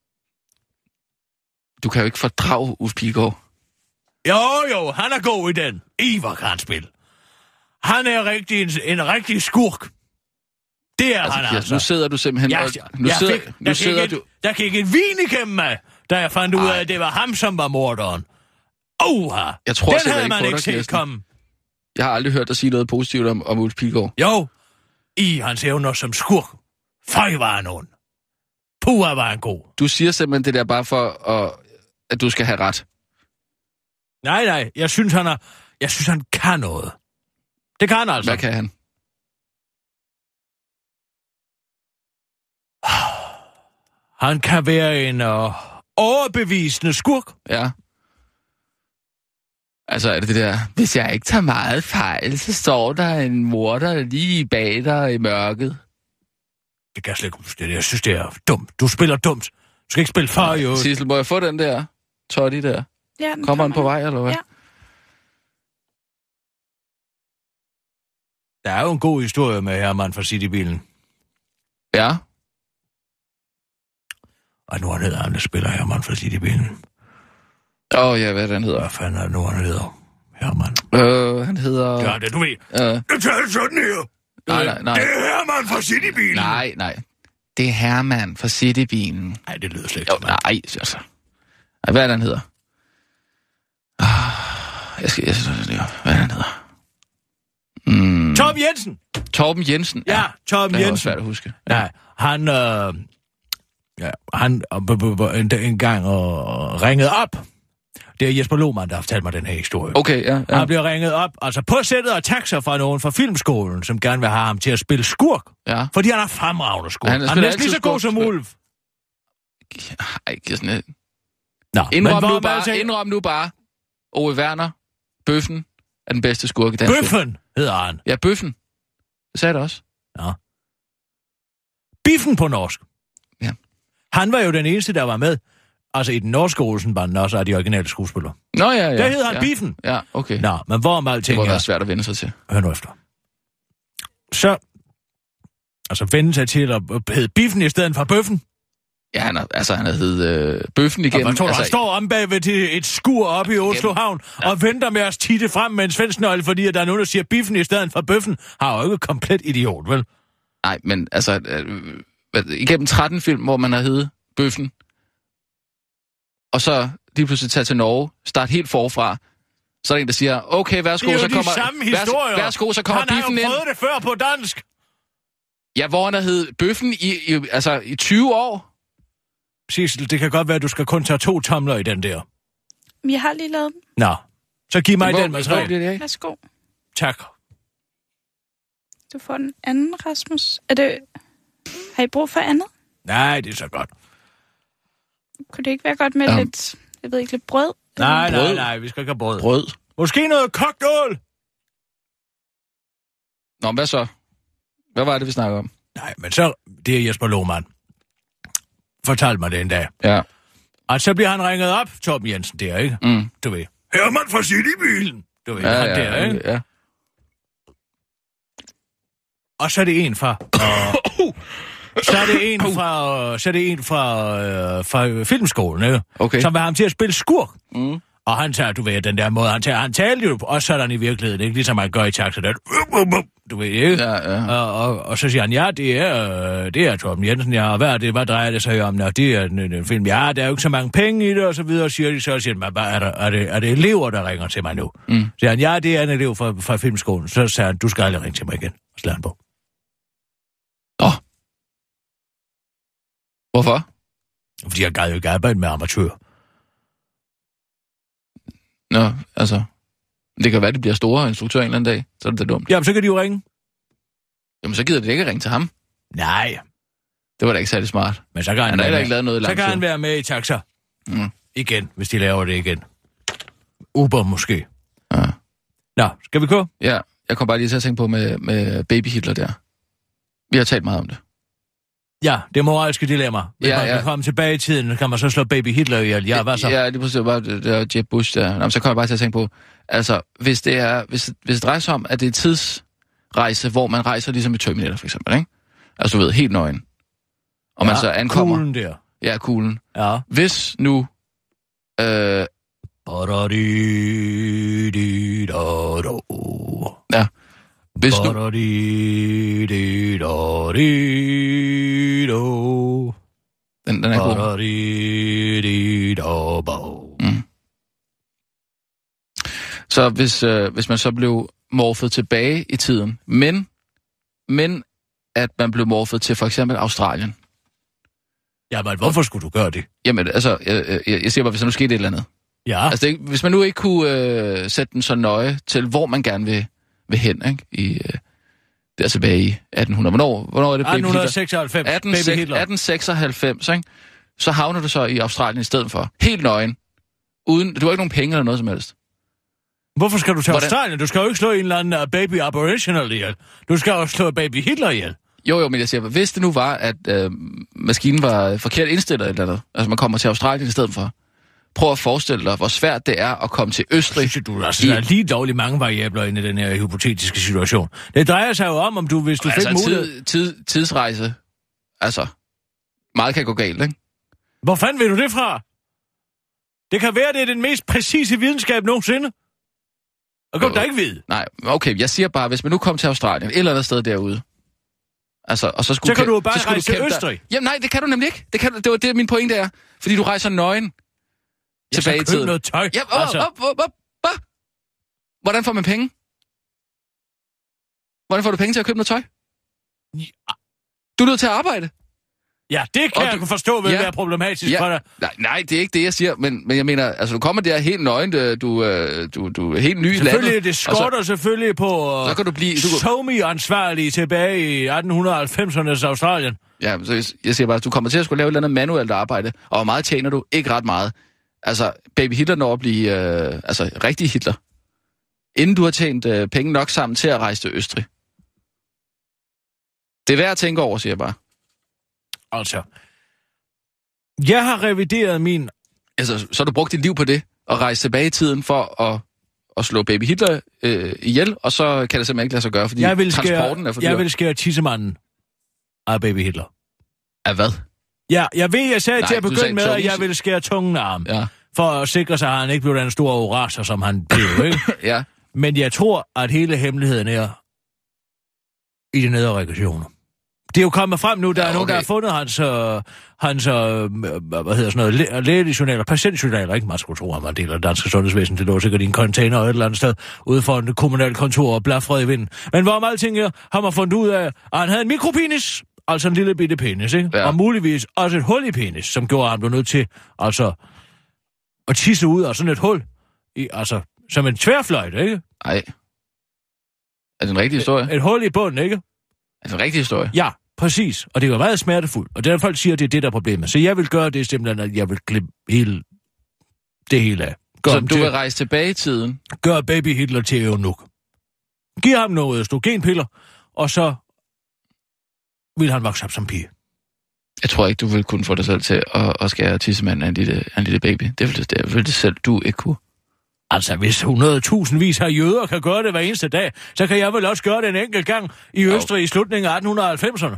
Du kan jo ikke fordrage Ulf Pilgaard. Jo, han er god i den. Hvor kan han spille. Han er en rigtig skurk. Det er altså, han altså. Nu sidder du simpelthen... Der gik en vin igennem mig, da jeg fandt ud af, at det var ham, som var morderen. Jeg tror den havde man ikke set komme. Jeg har aldrig hørt dig sige noget positivt om Ulf Pilgaard. Jo, i hans evner som skurk. Føj var han ond. Puha var han god. Du siger simpelthen det der bare for, at du skal have ret. Nej, jeg synes, han kan noget. Det kan han altså. Hvad kan han? Han kan være en overbevisende skurk. Ja. Altså er det der, hvis jeg ikke tager meget fejl, så står der en morder lige bag dig i mørket. Det kan jeg slet ikke huske. Jeg synes, det er dumt. Du spiller dumt. Du skal ikke spille far, jo. Sissel, må jeg få den der toddy der? Ja, kommer han på vej, eller hvad? Ja. Der er jo en god historie med Herman fra Citybilen. Ja. Og nu hedder han, der spiller Herman fra Citybilen. Ja, hvad den hedder? Hvad fanden er det nu, han hedder? Herman. Han hedder... Ja, det du ved. Det tager sådan her. Nej. Det er Herman fra Citybilen. Nej. Det er Herman fra Citybilen. Nej, det lyder slet ikke. Nej, altså. Hvad er den hedder? Hvad er den hedder? Torben Jensen. Torben Jensen? Ja, Torben Jensen. Det er svært at huske. Nej, han en gang ringede op. Det er Jesper Lohmann, der har fortalt mig den her historie. Okay, ja. Han bliver ringet op, altså på sættet og taxa fra nogen fra filmskolen, som gerne vil have ham til at spille skurk. Ja. Fordi han er fremragende skurk. Han er næsten lige så god som Ulf. Ikke sådan et... Indrøm nu bare. Ove Werner, Bøffen, er den bedste skurk i dansk. Bøffen hedder han. Ja, Bøffen. Det sagde jeg også. Ja. Biffen på norsk. Ja. Han var jo den eneste, der var med. Altså i den norske Olsenbanden også er de originale skuespillere. Nå ja. Der hedder han Biffen. Ja, okay. Nå, men hvorom alting det må være svært at vende sig til. Hør nu efter. så... Altså vende sig til at hedde biffen i stedet for bøffen. Ja, han havde heddet bøffen igennem. Jeg tror, han står om bagved til et skur oppe i Oslo Havn og venter med at titte frem med en svensnøgle, fordi der er nogen, der siger biffen i stedet for bøffen. Har jo ikke komplet idiot, vel? Nej, men altså... igennem 13 film, hvor man har heddet bøffen, og så lige pludselig tage til Norge, starte helt forfra, så er der en, der siger, okay, værsgo, så kommer... Værsgo, så kommer biffen ind. Han har jo prøvet det før på dansk. Ja, hvor han har heddet bøffen i 20 år. Sissel, det kan godt være, at du skal kun tage 2 tomler i den der. Jeg har lige lavet den. Nå, så giv mig den materiale. Værsgo. Tak. Du får den anden, Rasmus. Har I brug for andet? Nej, det er så godt. Kunne det ikke være godt med lidt, jeg ved ikke, lidt brød? Nej, vi skal ikke have brød. Brød? Måske noget kogt ål. Nå, hvad så? Hvad var det, vi snakkede om? Nej, men så, det er Jesper Lohmann. Fortalte mig det en dag. Ja. Og så bliver han ringet op, Torben Jensen der, ikke? Mm. Du ved. Herman fra Citybilen. Du ved, han der, ikke? Ja. Og så er det en fra... Så er det en fra filmskolen, ikke? Okay. Som vil ham til at spille skurk. Mm. Og han tager, du ved, den der måde, han taler jo også sådan i virkeligheden, ikke? Ligesom man gør i taxa, der. Du ved, ikke? Ja. Og så siger han, ja, det er Torben Jensen, ja, og hvad drejer det sig om? Nå, det er en film, ja, der er jo ikke så mange penge i det, og så videre, siger de, så siger han, er det elever, der ringer til mig nu? Mm. Så siger han, ja, det er en elev fra filmskolen. Så siger han, du skal aldrig ringe til mig igen. Og slår han på. Nå. Hvorfor? Fordi jeg gad jo ikke arbejde med amatør. Nå, altså... Det kan være, det bliver store instruktør en eller anden dag. Så er det da dumt. Jamen, så kan de jo ringe. Jamen, så gider det ikke at ringe til ham. Nej. Det var da ikke særlig smart. Men så kan han ikke lavet noget så kan han være med i taxa. Mm. Igen, hvis de laver det igen. Uber måske. Ja. Nå, skal vi gå? Ja, jeg kom bare lige til at tænke på med Baby Hitler der. Vi har talt meget om det. Ja, det moralske dilemma. Hvis man kan komme tilbage i tiden, kan man så slå Baby Hitler ihjel. Ja, hvad så? Ja, lige præcis. Det er Jeb Bush der. Nå, så kommer jeg bare til at tænke på, altså, hvis det drejer sig om, at det er tidsrejse, hvor man rejser ligesom i Terminator, for eksempel, ikke? Altså, du ved, helt nøgen. Og man så ankommer... Kuglen der. Ja, kuglen. Ja. Hvis nu... Ja. Hvis nu... Den er god. Mm. Så hvis man så blev morfet tilbage i tiden, men at man blev morfet til for eksempel Australien. Jamen, hvorfor skulle du gøre det? Jamen, altså, jeg siger bare, hvis der nu skete et eller andet. Ja. Altså, hvis man nu ikke kunne sætte den så nøje til, hvor man gerne vil hen, ikke? Der tilbage i 1800. Hvornår er det? 1896. 1896, ikke? Så havner du så i Australien i stedet for. Helt nøgen. Uden, du har ikke nogen penge eller noget som helst. Hvorfor skal du til Australien? Du skal jo ikke slå en eller anden baby aboriginal ihjel. Du skal jo slå baby Hitler ihjel. Jo, men jeg siger, hvis det nu var, at maskinen var forkert indstillet eller andet, altså man kommer til Australien i stedet for, prøv at forestille dig, hvor svært det er at komme til Østrig. Synes du, der er lige dårligt mange variabler inde i den her hypotetiske situation. Det drejer sig jo om du, hvis du fik mulighed... Tidsrejse, altså, meget kan gå galt, ikke? Hvor fanden vil du det fra? Det kan være, det er den mest præcise videnskab nogensinde. Og godt, der ikke ved. Nej, okay, jeg siger bare, hvis man nu kom til Australien, et eller andet sted derude, altså, og så skulle... Så kan du jo bare rejse til Østrig. Jamen nej, det kan du nemlig ikke. Det var det, min pointe er. Fordi du rejser nøgen tilbage i tiden. Jeg skal noget tøj. Ja, Hvordan får man penge? Hvordan får du penge til at købe noget tøj? Ja. Du er nødt til at arbejde. Ja, det kan jeg forstå vil være problematisk for dig. Nej, det er ikke det, jeg siger, men jeg mener, altså du kommer der helt nøgen, du er helt ny i landet. Selvfølgelig, det skorter selvfølgelig på så kan du blive SoMe-ansvarlige tilbage i 1890'ernes Australien. Ja, så jeg siger bare, at du kommer til at skulle lave et eller andet manuelt arbejde, og hvor meget tjener du? Ikke ret meget. Altså, baby Hitler når at blive, rigtig Hitler. Inden du har tjent penge nok sammen til at rejse til Østrig. Det er værd at tænke over, siger jeg bare. Altså, jeg har revideret min... Altså, så har du brugt dit liv på det, og rejse tilbage i tiden for at slå baby Hitler ihjel, og så kan det simpelthen ikke lade sig gøre, fordi transporten er for dyr. Jeg vil skære tissemanden af baby Hitler. Af hvad? Ja, jeg ved, jeg sagde til at begynde med, at jeg ville skære tungen af ham. Ja. For at sikre sig, at han ikke blev den store orator, som han blev, ikke? Ja. Men jeg tror, at hele hemmeligheden er i de nedre regioner. Det er jo kommet frem nu, der er nogen, der har fundet hans hvad hedder sådan noget, lægejournaler, patientjournaler, ikke? Man skulle tro, at man deler danske sundhedsvæsen, det lå sikkert i en container et eller andet sted, ude for en kommunal kontor og blafred i vinden. Men hvorom alting er, har man fundet ud af, at han havde en mikropenis, altså en lille bitte penis, ikke? Ja. Og muligvis også et hul i penis, som gjorde, at han blev nødt til, altså, at tisse ud af sådan et hul, altså, som en tværfløjte, ikke? Nej. Er det en rigtig historie? Et hul i bunden, ikke? Er det en rigtig historie? Ja, præcis. Og det var meget smertefuldt. Og derfor folk siger, at det er det, der er problemet. Så jeg vil gøre det simpelthen, at jeg vil klippe det hele af. Så du vil rejse tilbage i tiden? Gør baby Hitler til eunuk. Giv ham noget østrogenpiller, og så vil han vokse op som pige. Jeg tror ikke, du vil kunne få dig selv til at skære tissemanden af en lille baby. Det vil det selv du ikke kunne. Altså, hvis 100.000 af jøder kan gøre det hver eneste dag, så kan jeg vel også gøre det en enkelt gang i Østrig i slutningen af 1890'erne.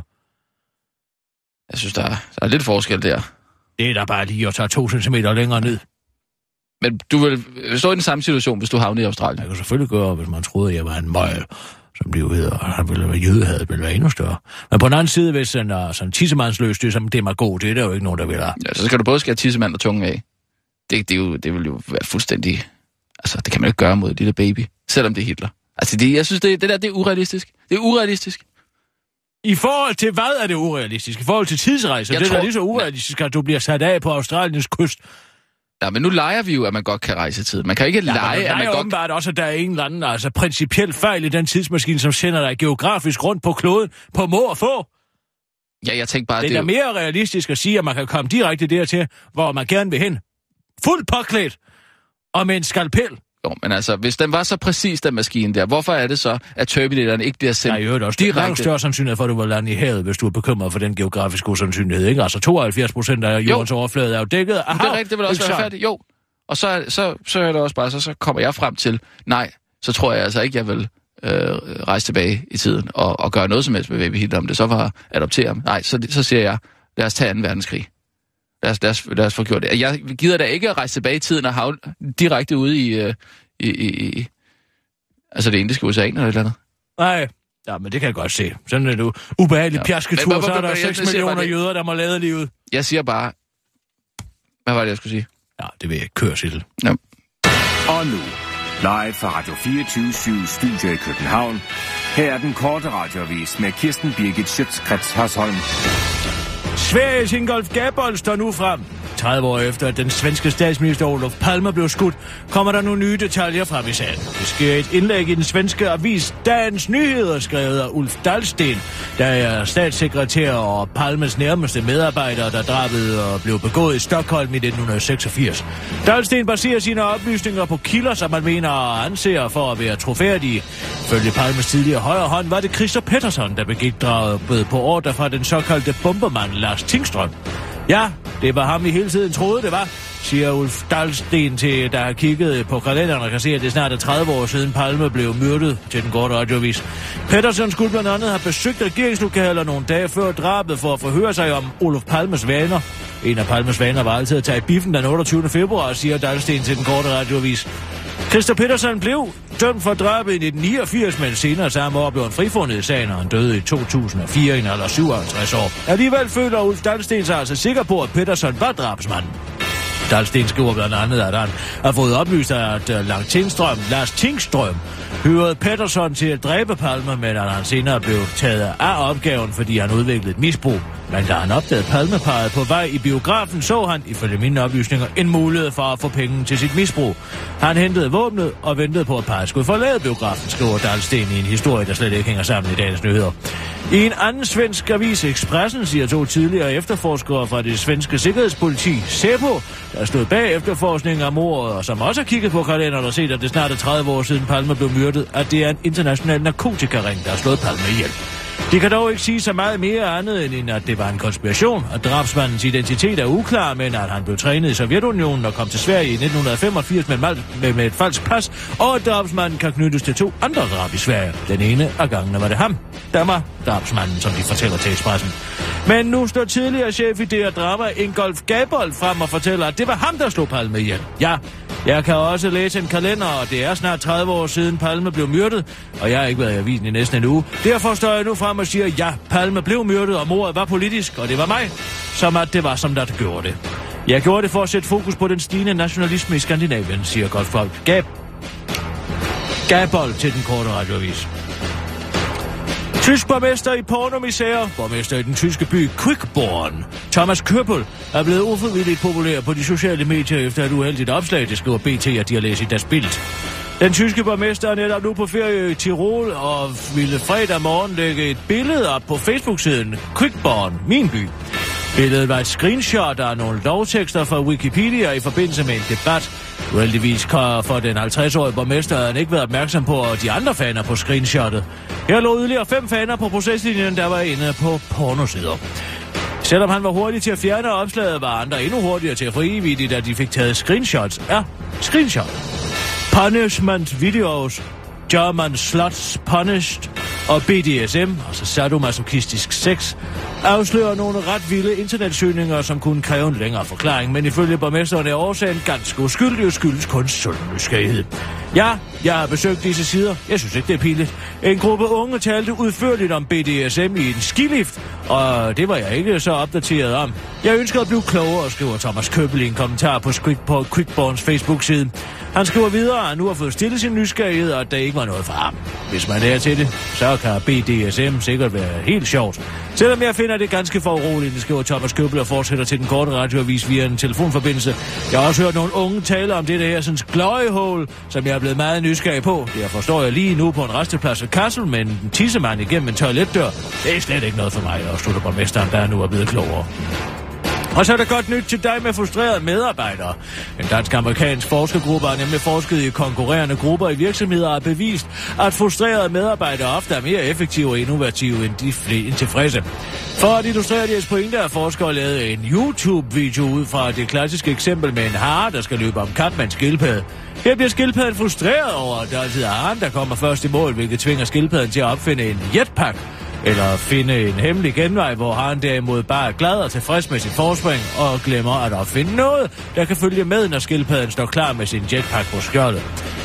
Jeg synes, der er lidt forskel der. Det er da bare lige at tage 2 centimeter længere ned. Men du vil stå i den samme situation, hvis du havnede i Australien? Jeg kan selvfølgelig gøre, hvis man troede, at jeg var en møg, som det jo hedder, og han ville være jødehadet, ville være endnu større. Men på den anden side, hvis han er sådan tissemandsløs, det er som demagog, det er der jo ikke nogen, der vil have. Ja, så skal du både skære tissemand og tungen af. Det vil jo være fuldstændig... Altså, det kan man jo ikke gøre mod et lille baby, selvom det er Hitler. Altså, jeg synes, det er urealistisk. Det er urealistisk. I forhold til hvad er det urealistisk? I forhold til tidsrejser? Det er lige så urealistisk, at du bliver sat af på Australiens kyst. Ja, men nu leger vi jo, at man godt kan rejse tid. Man kan ikke lege, at man godt... åbenbart også, at der er en eller anden principiel fejl i den tidsmaskine, som sender dig geografisk rundt på kloden på må og få. Ja, jeg tænker bare... Det er mere realistisk at sige, at man kan komme direkte dertil, hvor man gerne vil hen. Fuldt påklædt. Og med en skalpel. Jo, men altså, hvis den var så præcis, den maskine der, hvorfor er det så, at Terminatoren ikke bliver sendt direkte? Nej, det er langt større sandsynlighed for, at du vil lande i havet, hvis du er bekymret for den geografiske usandsynlighed, ikke? Altså 72% af jordens overflade er jo dækket af hav. Det er rigtigt, det vil også være færdigt. Jo. Og så er det også bare, så kommer jeg frem til, nej, så tror jeg altså ikke, jeg vil rejse tilbage i tiden og gøre noget som helst med baby Hitler, om det så var adoptere ham. Nej, så siger jeg, lad os tage 2. verdenskrig. Lad os få gjort det. Jeg gider da ikke at rejse tilbage i tiden og havne direkte ude i altså det indiske ocean eller et eller andet. Nej, ja, men det kan jeg godt se. Sådan er det ubehageligt pjasketur, så er der 6 millioner jøder, der må lade livet. Jeg siger bare... Hvad var det, jeg skulle sige? Ja, det vil jeg ikke køre, Sissel. Ja. Og nu, live fra Radio 24/7 Studio i København. Her er den korte radioavis med Kirsten Birgit Schøtz-Krets Hørsholm. Sveriges Ingolf Gabold står nu frem. 30 år efter, at den svenske statsminister Olof Palme blev skudt, kommer der nu nye detaljer frem i sagen. Det sker et indlæg i den svenske avis Dagens Nyheder, skrevet af Ulf Dahlsten, der er statssekretær og Palmes nærmeste medarbejder, der drabet og blev begået i Stockholm i 1986. Dahlsten baserer sine oplysninger på kilder, som man mener og anser for at være troværdige. Følge Palmes tidligere højre hånd var det Christer Pettersson, der begik drabet på ordre fra den såkaldte bombermand Lars Tingström. Ja, det var ham, vi hele tiden troede, det var, siger Ulf Dahlsten til, der har kigget på kalenderen og kan se, at det snart er 30 år siden Palme blev myrdet til den korte radioavis. Pettersson skulle blandt andet have besøgt regeringslokaler nogle dage før drabet for at forhøre sig om Olof Palmes vaner. En af Palmes vaner var altid at tage biffen den 28. februar, siger Dahlsten til den korte radioavis. Christer Pettersson blev dømt for drabet i 1989, men senere samme år blev han frifundet i sagen, og han døde i 2004 i en alder 57 år. Alligevel føler Ulf Dahlsten sig altså sikker på, at Pettersson var drabsmanden. Dahlsten skriver blandt andet, at han har fået oplyst, at Lars Tingström hørte Pettersson til at dræbe Palme, men at han senere blev taget af opgaven, fordi han udviklede et misbrug. Men da han opdagede Palmeparret på vej i biografen, så han, ifølge mine oplysninger, en mulighed for at få penge til sit misbrug. Han hentede våbnet og ventede på, at parret skulle forlade biografen, skriver Dahlsten i en historie, der slet ikke hænger sammen i Dagens Nyheder. I en anden svensk avis, Expressen, siger 2 tidligere efterforskere fra det svenske sikkerhedspoliti, SEPO, der stod bag efterforskningen af mordet, og som også har kigget på kalenderen og set, at det snart er 30 år siden Palme blev myrdet, at det er en international narkotikaring, der har slået Palme ihjel. De kan dog ikke sige så meget mere andet, end at det var en konspiration, at drabsmandens identitet er uklar, men at han blev trænet i Sovjetunionen og kom til Sverige i 1985 med et falsk pas, og at drabsmanden kan knyttes til 2 andre drab i Sverige. Den ene af gangene var det ham, der var drabsmanden, som de fortæller til Expressen. Men nu står tidligere chef i DR Drama Ingolf Gabold frem og fortæller, at det var ham, der slog Palme ihjel. Ja, jeg kan også læse en kalender, og det er snart 30 år siden Palme blev myrdet, og jeg har ikke været i avisen i næsten en uge. Derfor står jeg nu frem og siger, ja, Palme blev myrdet, og mordet var politisk, og det var mig, som at det var som der gjorde det. Jeg gjorde det for at sætte fokus på den stigende nationalisme i Skandinavien, siger Gottfried Gabold til den korte radioavis. Tysk borgmester i pornomisære, borgmester i den tyske by Quickborn, Thomas Köppel, er blevet ufrivilligt populær på de sociale medier efter et uheldigt opslag, det skriver BT, at de har læst i Das Bild. Den tyske borgmester er netop nu på ferie i Tirol og ville fredag morgen lægge et billede op på Facebook-siden Quickborn, min by. Billedet var et screenshot af nogle lovtekster fra Wikipedia i forbindelse med en debat. Uheldigvis for den 50-årige borgmester havde han ikke været opmærksom på de andre faner på screenshottet. Her lå yderligere 5 faner på proceslinjen, der var inde på pornosider. Selvom han var hurtig til at fjerne opslaget, var andre endnu hurtigere til at få evigt, da de fik taget screenshots af screenshot. Punishment videos, German sluts punished og BDSM, altså sadomasochistisk sex, afslører nogle ret vilde internetsøgninger, som kunne kræve en længere forklaring, men ifølge borgmesteren er årsagen ganske uskyldig og skyldes kun sund nysgerrighed. Ja, jeg har besøgt disse sider. Jeg synes ikke, det er pinligt. En gruppe unge talte udførligt om BDSM i en skilift, og det var jeg ikke så opdateret om. Jeg ønsker at blive klogere, skriver Thomas Köppel i en kommentar på Quickborns Facebook-side. Han skriver videre, at han nu har fået stillet sin nysgerrighed, og at der ikke var noget for ham. Hvis man er til det, så kan BDSM sikkert være helt sjovt. Selvom jeg finder det ganske foruroligende, skriver Thomas Köppel og fortsætter til den korte radioavis via en telefonforbindelse. Jeg har også hørt nogle unge tale om det her sådan glory hole, som jeg er blevet meget nysgerrig på. Derfor står jeg lige nu på en resteplads ved Kassel med en tissemand igennem en toiletdør. Det er slet ikke noget for mig, og slutter borgmesteren, der nu er blevet klogere. Og så er der godt nyt til dig med frustrerede medarbejdere. En dansk-amerikansk forskergruppe har nemlig forsket i konkurrerende grupper i virksomheder og har bevist, at frustrerede medarbejdere ofte er mere effektive og innovative end de tilfredse. For at illustrere deres pointe har forskere lavet en YouTube-video ud fra det klassiske eksempel med en hare, der skal løbe om kap med en skildpadde. Her bliver skildpadden frustreret over, at det altid er haren, der kommer først i mål, hvilket tvinger skildpadden til at opfinde en jetpack. Eller finde en hemmelig genvej, hvor han derimod bare er glad og tilfreds med sit forspring og glemmer at opfinde noget, der kan følge med, når skildpadden står klar med sin jetpack på skjoldet.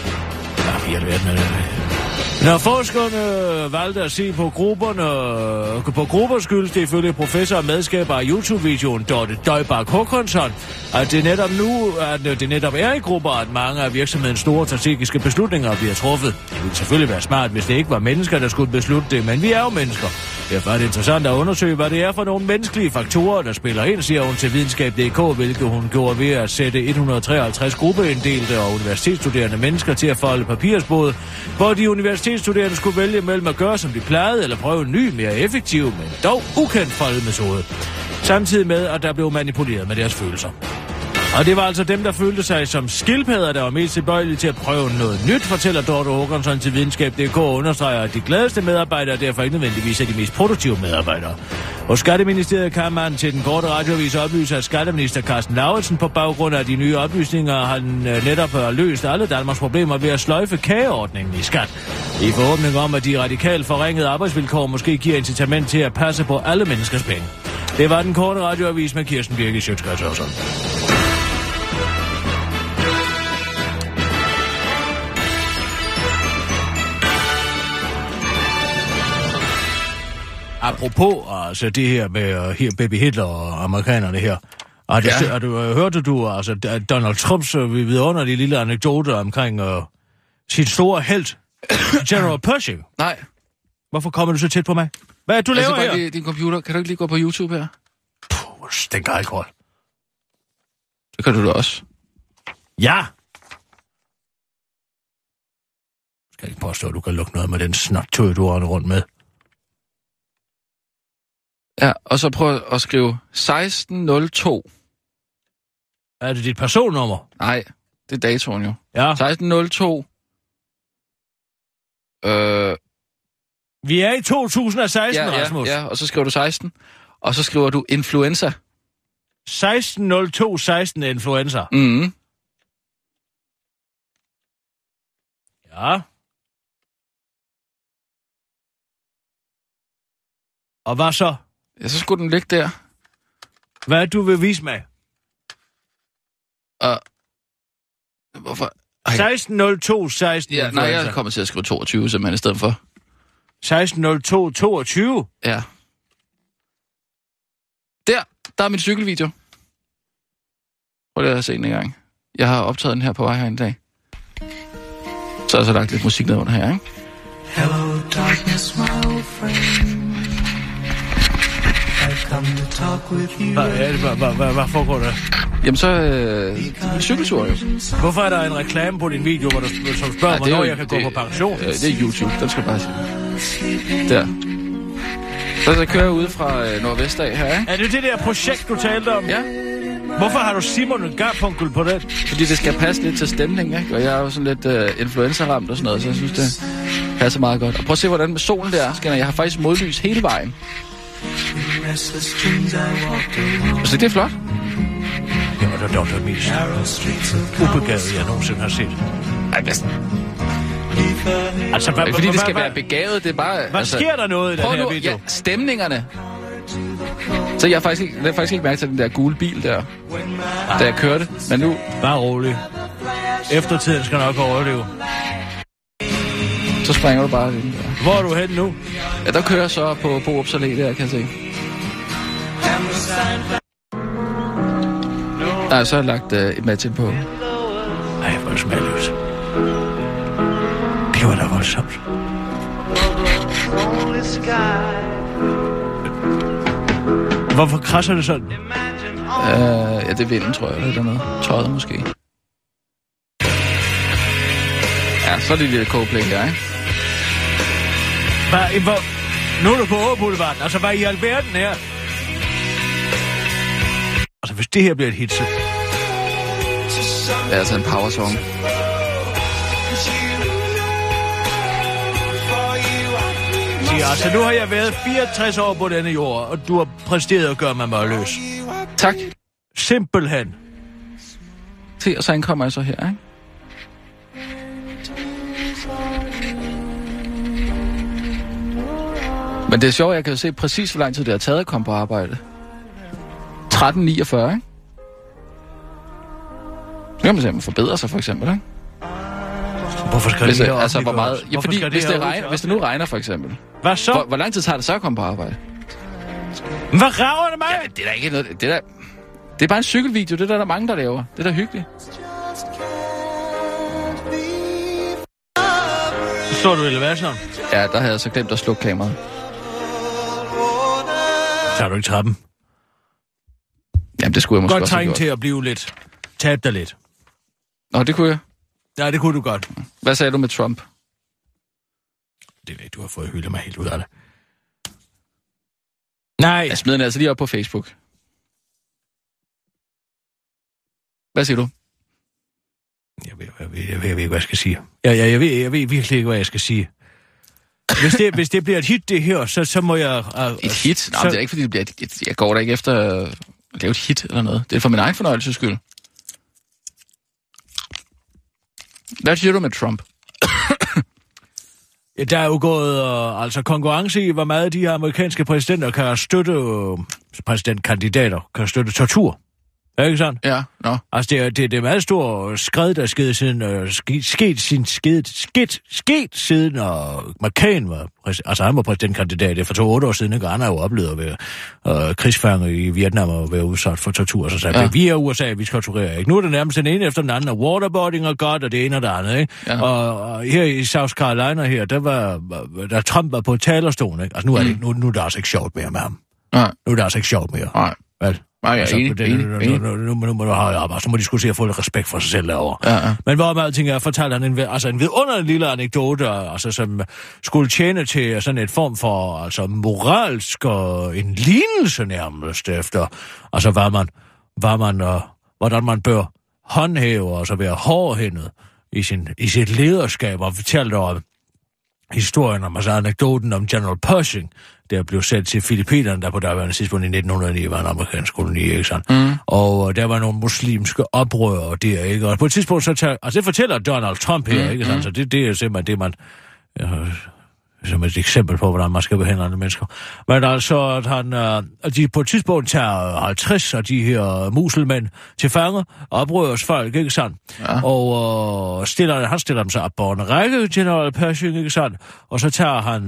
Når forskerne valgte at se på grupper skyldes det ifølge professor og medskaber af YouTube-videoen Dorte Døjbak Håkonsson, at det netop er i grupper, at mange af virksomhedens store strategiske beslutninger bliver truffet. Det ville selvfølgelig være smart, hvis det ikke var mennesker, der skulle beslutte det, men vi er jo mennesker. Derfor er det interessant at undersøge, hvad det er for nogle menneskelige faktorer, der spiller ind, siger hun til videnskab.dk, hvilket hun gjorde ved at sætte 153 gruppeinddelte og universitetsstuderende mennesker til at folde papirsbåde, hvor de universitetsstuderende skulle vælge mellem at gøre, som de plejede, eller prøve en ny, mere effektiv, men dog ukendt foldemetode. Samtidig med, at der blev manipuleret med deres følelser. Og det var altså dem, der følte sig som skildpadder, der var mest tilbøjelige til at prøve noget nyt, fortæller Dorte Håkonsson til videnskab.dk og understreger, at de gladeste medarbejdere derfor ikke nødvendigvis er de mest produktive medarbejdere. Og Skatteministeriet kan man til den korte radioavis oplyse, at skatteminister Carsten Lauritsen på baggrund af de nye oplysninger har netop løst alle Danmarks problemer ved at sløjfe kageordningen i skat. I forhåbning om, at de radikalt forringede arbejdsvilkår måske giver incitament til at passe på alle menneskers penge. Det var den korte radioavis med Kirsten Birgit Schøtz-Krets Hørsholm. Apropos altså det her med Baby Hitler og amerikanerne her. Hørte du altså Donald Trumps vidunderlige lille anekdote omkring sin store helt, General Pershing? Nej. Hvorfor kommer du så tæt på mig? Hvad er det, du laver her? Lige din computer. Kan du ikke lige gå på YouTube her? Stænk alkohol. Det kan du da også. Ja! Skal ikke påstå, at du kan lukke noget med den snot-tøj, du render rundt med. Ja, og så prøv at skrive 1602. Er det dit personnummer? Nej, det er datoren jo. Ja. 1602. Vi er i 2016, Rasmus. Ja, og så skriver du 16. Og så skriver du influenza. 16.02.16 influenza. Mhm. Ja. Og hvad så? Ja, så skulle den ligge der. Hvad er du vil vise mig? Og... Hvorfor? 16.02.16 Ja, nej, jeg kommer til at skrive 22 simpelthen i stedet for. 16.02.22? Ja. Der er min cykelvideo. Prøv lige at se den en gang. Jeg har optaget den her på vej her en dag. Så har jeg så lagt lidt musik ned under her, ikke? Hello darkness, my old friend. I've come to talk with you. Hvad foregår der? Jamen så det er en cykeltur jo. Hvorfor er der en reklame på din video, hvor du som spørger, hvornår jeg kan gå på pension? Det er YouTube, den skal bare sige. Der. Så kører jeg ude fra nordvest af her, ikke? Er det det der projekt, du talte om? Ja. Hvorfor har du Simon Garfunkel på det? Fordi det skal passe lidt til stemningen, ikke? Og jeg er jo sådan lidt influencer-ramt og sådan noget, så jeg synes, det passer meget godt. Og prøv at se, hvordan med solen der skinner. Jeg har faktisk modlys hele vejen. Så det er flot. Ja, det var det mest ubegavet, jeg nogensinde har set. Ej, bedst. Altså, Fordi det skal være begavet, det er bare... Hvad sker der noget i den her video? Ja, stemningerne. Så jeg har faktisk ikke mærket til den der gule bil der, da jeg kørte. Men nu... Bare rolig. Eftertiden skal nok overleve. Så springer du bare ind der. Hvor er du henne nu? Ja, der kører jeg så på Borups Allé der, kan jeg se. Nej, så har jeg lagt et match på. Ej, hvor er det smagløst. Det var da voldsomt. Hvorfor krasser det sådan? Ja, det er vinden, tror jeg, eller noget. Tøjet måske. Ja, så er det lidt Coldplay her, ikke? Nu er du på Åboulevarden. Altså, hvad i alverden her? Altså, hvis det her bliver et hit, så... Det er altså en power song. Ja, altså, nu har jeg været 64 år på denne jord, og du har præsteret at gøre mig målløs. Tak. Simpelthen. Se, og så kommer jeg så her, ikke? Men det er sjovt, jeg kan jo se præcis, hvor lang tid det har taget at komme på arbejde. 13.49, ikke? Så kan man se, at man forbedrer sig, for eksempel, ikke? Hvorfor skal det her altså, hvor meget... Ja, fordi hvis det nu regner, for eksempel. Hvad så? Hvor lang tid tager det så at komme på arbejde? Hvad rager det mig? Ja, det er da ikke noget... Det er bare en cykelvideo, det er der mange, der laver. Det er da hyggeligt. Står du i elevatoren? Ja, der havde jeg så glemt at slukke kameraet. Tager du ikke trappen? Jamen, det skulle jeg måske godt også have gjort. Godt til at blive lidt. Tab dig lidt. Nå, det kunne jeg. Ja, det kunne du godt. Hvad sagde du med Trump? Det ved du har fået hyldet mig helt ud af det. Nej. Jeg smider den altså lige op på Facebook. Hvad siger du? Jeg ved ikke, hvad jeg skal sige. Jeg ved virkelig ikke, hvad jeg skal sige. Hvis det bliver et hit, det her, så må jeg... Et hit? Nej, det er ikke, fordi det bliver et hit. Jeg går da ikke efter at lave et hit eller noget. Det er for min egen fornøjelses skyld. Hvad siger du med Trump? Ja, der er jo gået konkurrence i, hvor meget de her amerikanske præsidenter kan støtte... præsidentkandidater kan støtte tortur. Er ikke sådan? Ja, nå. Altså, det er meget stor skred, der er sket siden, og McCain var... Altså, han var præsidentkandidat for 8 år siden, ikke? Og han har jo oplevet at være krigsfanger i Vietnam og være udsat for tortur. Så sagde vi er USA, vi torturerer ikke. Nu er det nærmest den ene efter den anden, og waterboarding og godt, og det ene og det andet, ikke? Ja. Og her i South Carolina her, der Trump var på talerstolen, ikke? Altså, nu er det nu er det altså ikke sjovt mere med ham. Nej. Nu er det altså ikke sjovt mere. Nej. Vel? Nej, jeg er enig. Nu må du have arbejde, så må de skulle se at få lidt respekt for sig selv derovre. Ja. Men hvor meget ting er, fortalte han en vidunderlig lille anekdote, altså, som skulle tjene til sådan et form for moralsk og en lignelse nærmest efter, altså hvordan man bør håndhæve og så være hårdhændet i sit lederskab, og fortalte om historien om, altså anekdoten om General Pershing, der blev sendt til Filippinerne, der på daværende tidspunkt i 1909 var en amerikansk koloni, ikke sandt? Og der var nogle muslimske oprørere der, ikke? Og på et tidspunkt, altså det fortæller Donald Trump her, ikke sandt? Så det er simpelthen det, man... som et eksempel på, hvordan man skal behandle andre mennesker. Men altså, at de på et tidspunkt tager 50 af de her muselmænd til fange, oprørsfolk, ikke sandt? Ja. Og han stiller dem så op på en række, General Pershing, ikke sandt? Og så tager han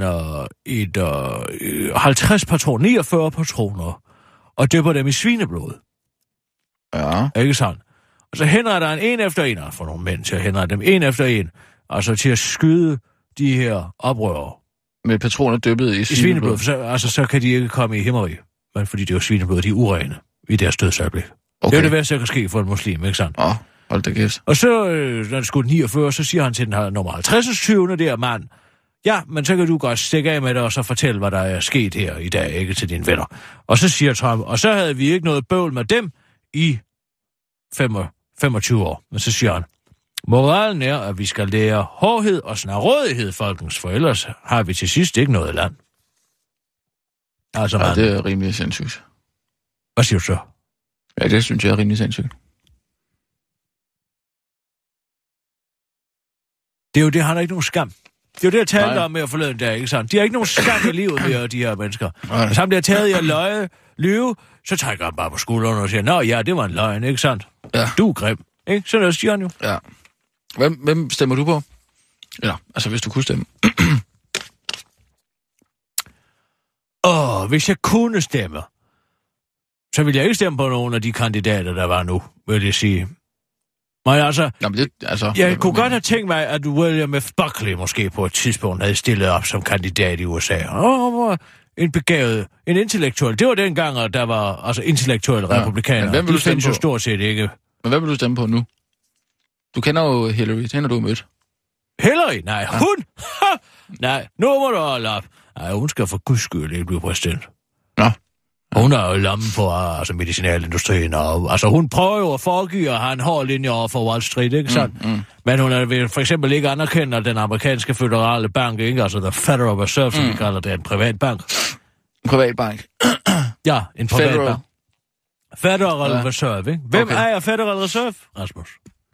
50 patroner, 49 patroner, og døber dem i svineblod. Ja. Ikke sandt? Og så henretter han en efter en, for nogle mænd til at henrette dem en efter en, altså til at skyde de her oprørere. Med patroner dyppet i svineblod. Så kan de ikke komme i himmeri. Men fordi det er jo svineblod, de er urene i deres dødsøjeblik. Okay. Det er det værste, der kan ske for en muslim, ikke sandt? Hold da kæft. Og så, når det skulle 49, så siger han til den her nummer 50. 20. der mand, ja, men så kan du godt stikke af med det, og så fortælle, hvad der er sket her i dag, ikke, til dine venner. Og så siger Trump, og så havde vi ikke noget bøvl med dem i 25 år. Men så siger han, moralen er, at vi skal lære hårdhed og snarrådighed, folkens, for ellers har vi til sidst ikke noget land. Altså, ja, det er rimelig sindssygt. Hvad siger du så? Ja, det synes jeg er rimelig sindssygt. Det er jo det, han har ikke nogen skam. Det er jo det, jeg talte om med at forleden dag, ikke sandt? De har ikke nogen skam i livet med de her mennesker. Og så han bliver taget i at lyve, så trækker han bare på skuldrene og siger, nå ja, det var en løgn, ikke sandt? Ja. Du er grim, ikke? Sådan siger han jo. Ja. Hvem stemmer du på? Eller, altså hvis du kunne stemme. Hvis jeg kunne stemme, så ville jeg ikke stemme på nogen af de kandidater, der var nu, vil jeg sige. Men altså, jeg kunne godt have tænkt mig, at William F. Buckley måske på et tidspunkt havde stillet op som kandidat i USA. En begavet, en intellektuel. Det var dengang, at der var altså intellektuelle republikanere. De findes jo stort set ikke. Men hvad vil du stemme på nu? Du kender jo Hillary. Hende har du mødt. Hillary? Nej, hun? Nej, nu må du holde op. Nej, hun skal for guds skyld ikke blive præsident. Nå. Hun har jo lommen på medicinalindustrien, og altså hun prøver jo at foregive at have en hård linje over for Wall Street, ikke sandt? Men hun er for eksempel ikke anerkendt den amerikanske føderale bank, ikke? Altså The Federal Reserve, som vi kalder det, en privat bank. En privat bank? Ja, en privat bank. Federal Reserve, ikke? Hvem ejer Federal Reserve, Rasmus?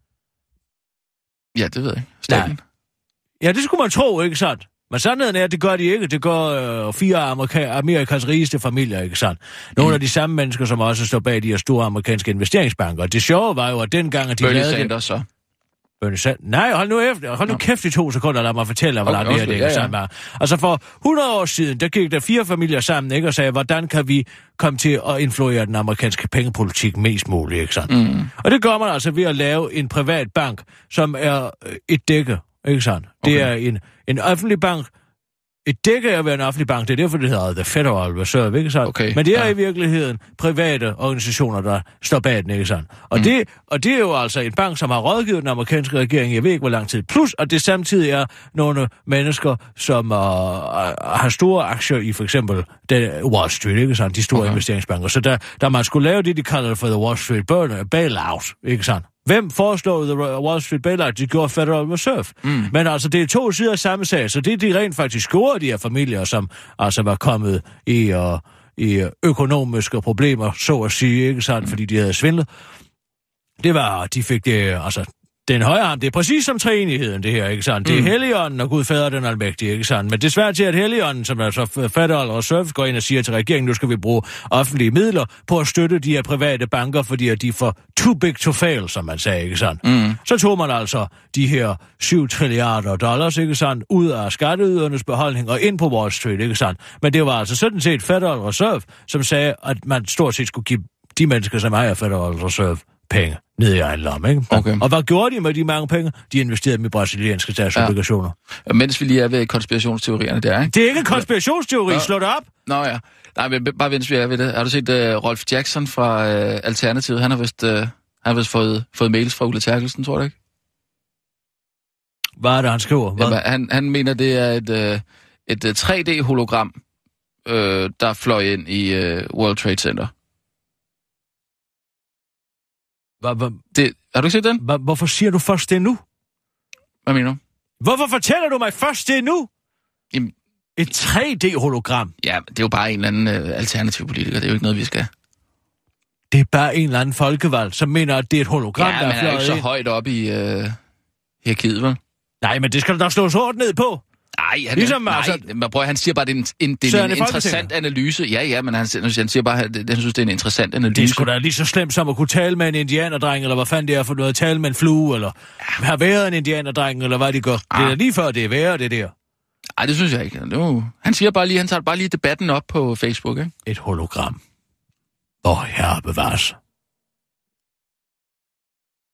Ja, det ved jeg. Staten. Ja, det skulle man tro, ikke sandt? Men sandheden er, at det gør de ikke. Det gør 4 Amerikas rigeste familier, ikke sandt? Nogle af de samme mennesker, som også står bag de her store amerikanske investeringsbanker. Det sjove var jo, at dengang, at de lavede Sanders, så. Bernie Sanders? Nej, hold nu kæft i 2 sekunder, lad mig fortælle, hvordan det her det ikke sammen er. Altså for 100 år siden, der gik der 4 familier sammen, ikke, og sagde, hvordan kan vi komme til at influere den amerikanske pengepolitik mest muligt, ikke sandt? Og det gør man altså ved at lave en privat bank, som er et dække, ikke sandt? Okay. Det er en offentlig bank. Et dække er at være en offentlig bank, det er derfor, det hedder The Federal Reserve, ikke sandt? Okay, men det er i virkeligheden private organisationer, der står bag den, ikke sandt? Og det er jo altså en bank, som har rådgivet den amerikanske regering, jeg ved ikke, hvor lang tid. Plus, at det samtidig er nogle mennesker, som har store aktier i for eksempel Wall Street, ikke sandt? De store investeringsbanker. Så da man skulle lave det, de kalder for The Wall Street Bailout, ikke sandt? Hvem foreslår The Wall Street Bailout? De gjorde Federal Reserve. Men altså, det er 2 sider af samme sag, så det er de rent faktisk gjorde, de her familier, som altså var kommet i økonomiske problemer, så at sige, ikke sandt, fordi de havde svindlet. Det var, de fik det, altså, den højre arm, det er præcis som treenigheden, det her, ikke sandt? Det er Helligånden og Gud Fader den almægtige, ikke sandt? Men det er svært til, at Helligånden, som altså Federal Reserve, går ind og siger til regeringen, nu skal vi bruge offentlige midler på at støtte de her private banker, fordi at de er for too big to fail, som man sagde, ikke sandt? Så tog man altså de her $7 trilliarder, ikke sandt, ud af skatteydernes beholdning og ind på Wall Street, ikke sandt? Men det var altså sådan set Federal Reserve, som sagde, at man stort set skulle give de mennesker, som ejer Federal Reserve, penge ned i egen lomme, ikke? Okay. Og hvad gjorde de med de mange penge? De investerede dem i brasilianske statsobligationer. Ja. Mens vi lige er ved konspirationsteorierne der, ikke? Det er ikke en konspirationsteori, slå det op! Nå ja. Nej, men bare mens vi er ved det. Har du set Rolf Jackson fra Alternativet? Han har vist fået mails fra Ulla Terkelsen, tror du ikke? Hvad er det, han skriver? Jamen, han mener, det er et 3D-hologram, der fløj ind i World Trade Center. Har du ikke set den? Hvorfor siger du først det nu? Hvad mener du? Hvorfor fortæller du mig først det nu? Jamen, Et 3D-hologram? Ja, det er jo bare en eller anden alternativ politiker. Det er jo ikke noget, vi skal... Det er bare en eller anden folkevalg, som mener, at det er et hologram, ja, der er fløjet ind. Ja, men er ikke så højt op i hierarkiet, vel? Nej, men det skal der slås hårdt ned på. Nej, han siger bare, det er en interessant analyse. Ja, men han siger bare, at han synes, det er en interessant analyse. Det er sgu da lige så slemt som at kunne tale med en indianerdreng, eller hvad fanden det er for noget, at tale med en flue, eller har været en indianerdreng, eller hvad de gør. Det er da lige før, det er værre, det der. Nej, det synes jeg ikke. Han siger bare lige, han tager bare lige debatten op på Facebook, ikke? Et hologram. Herre bevares.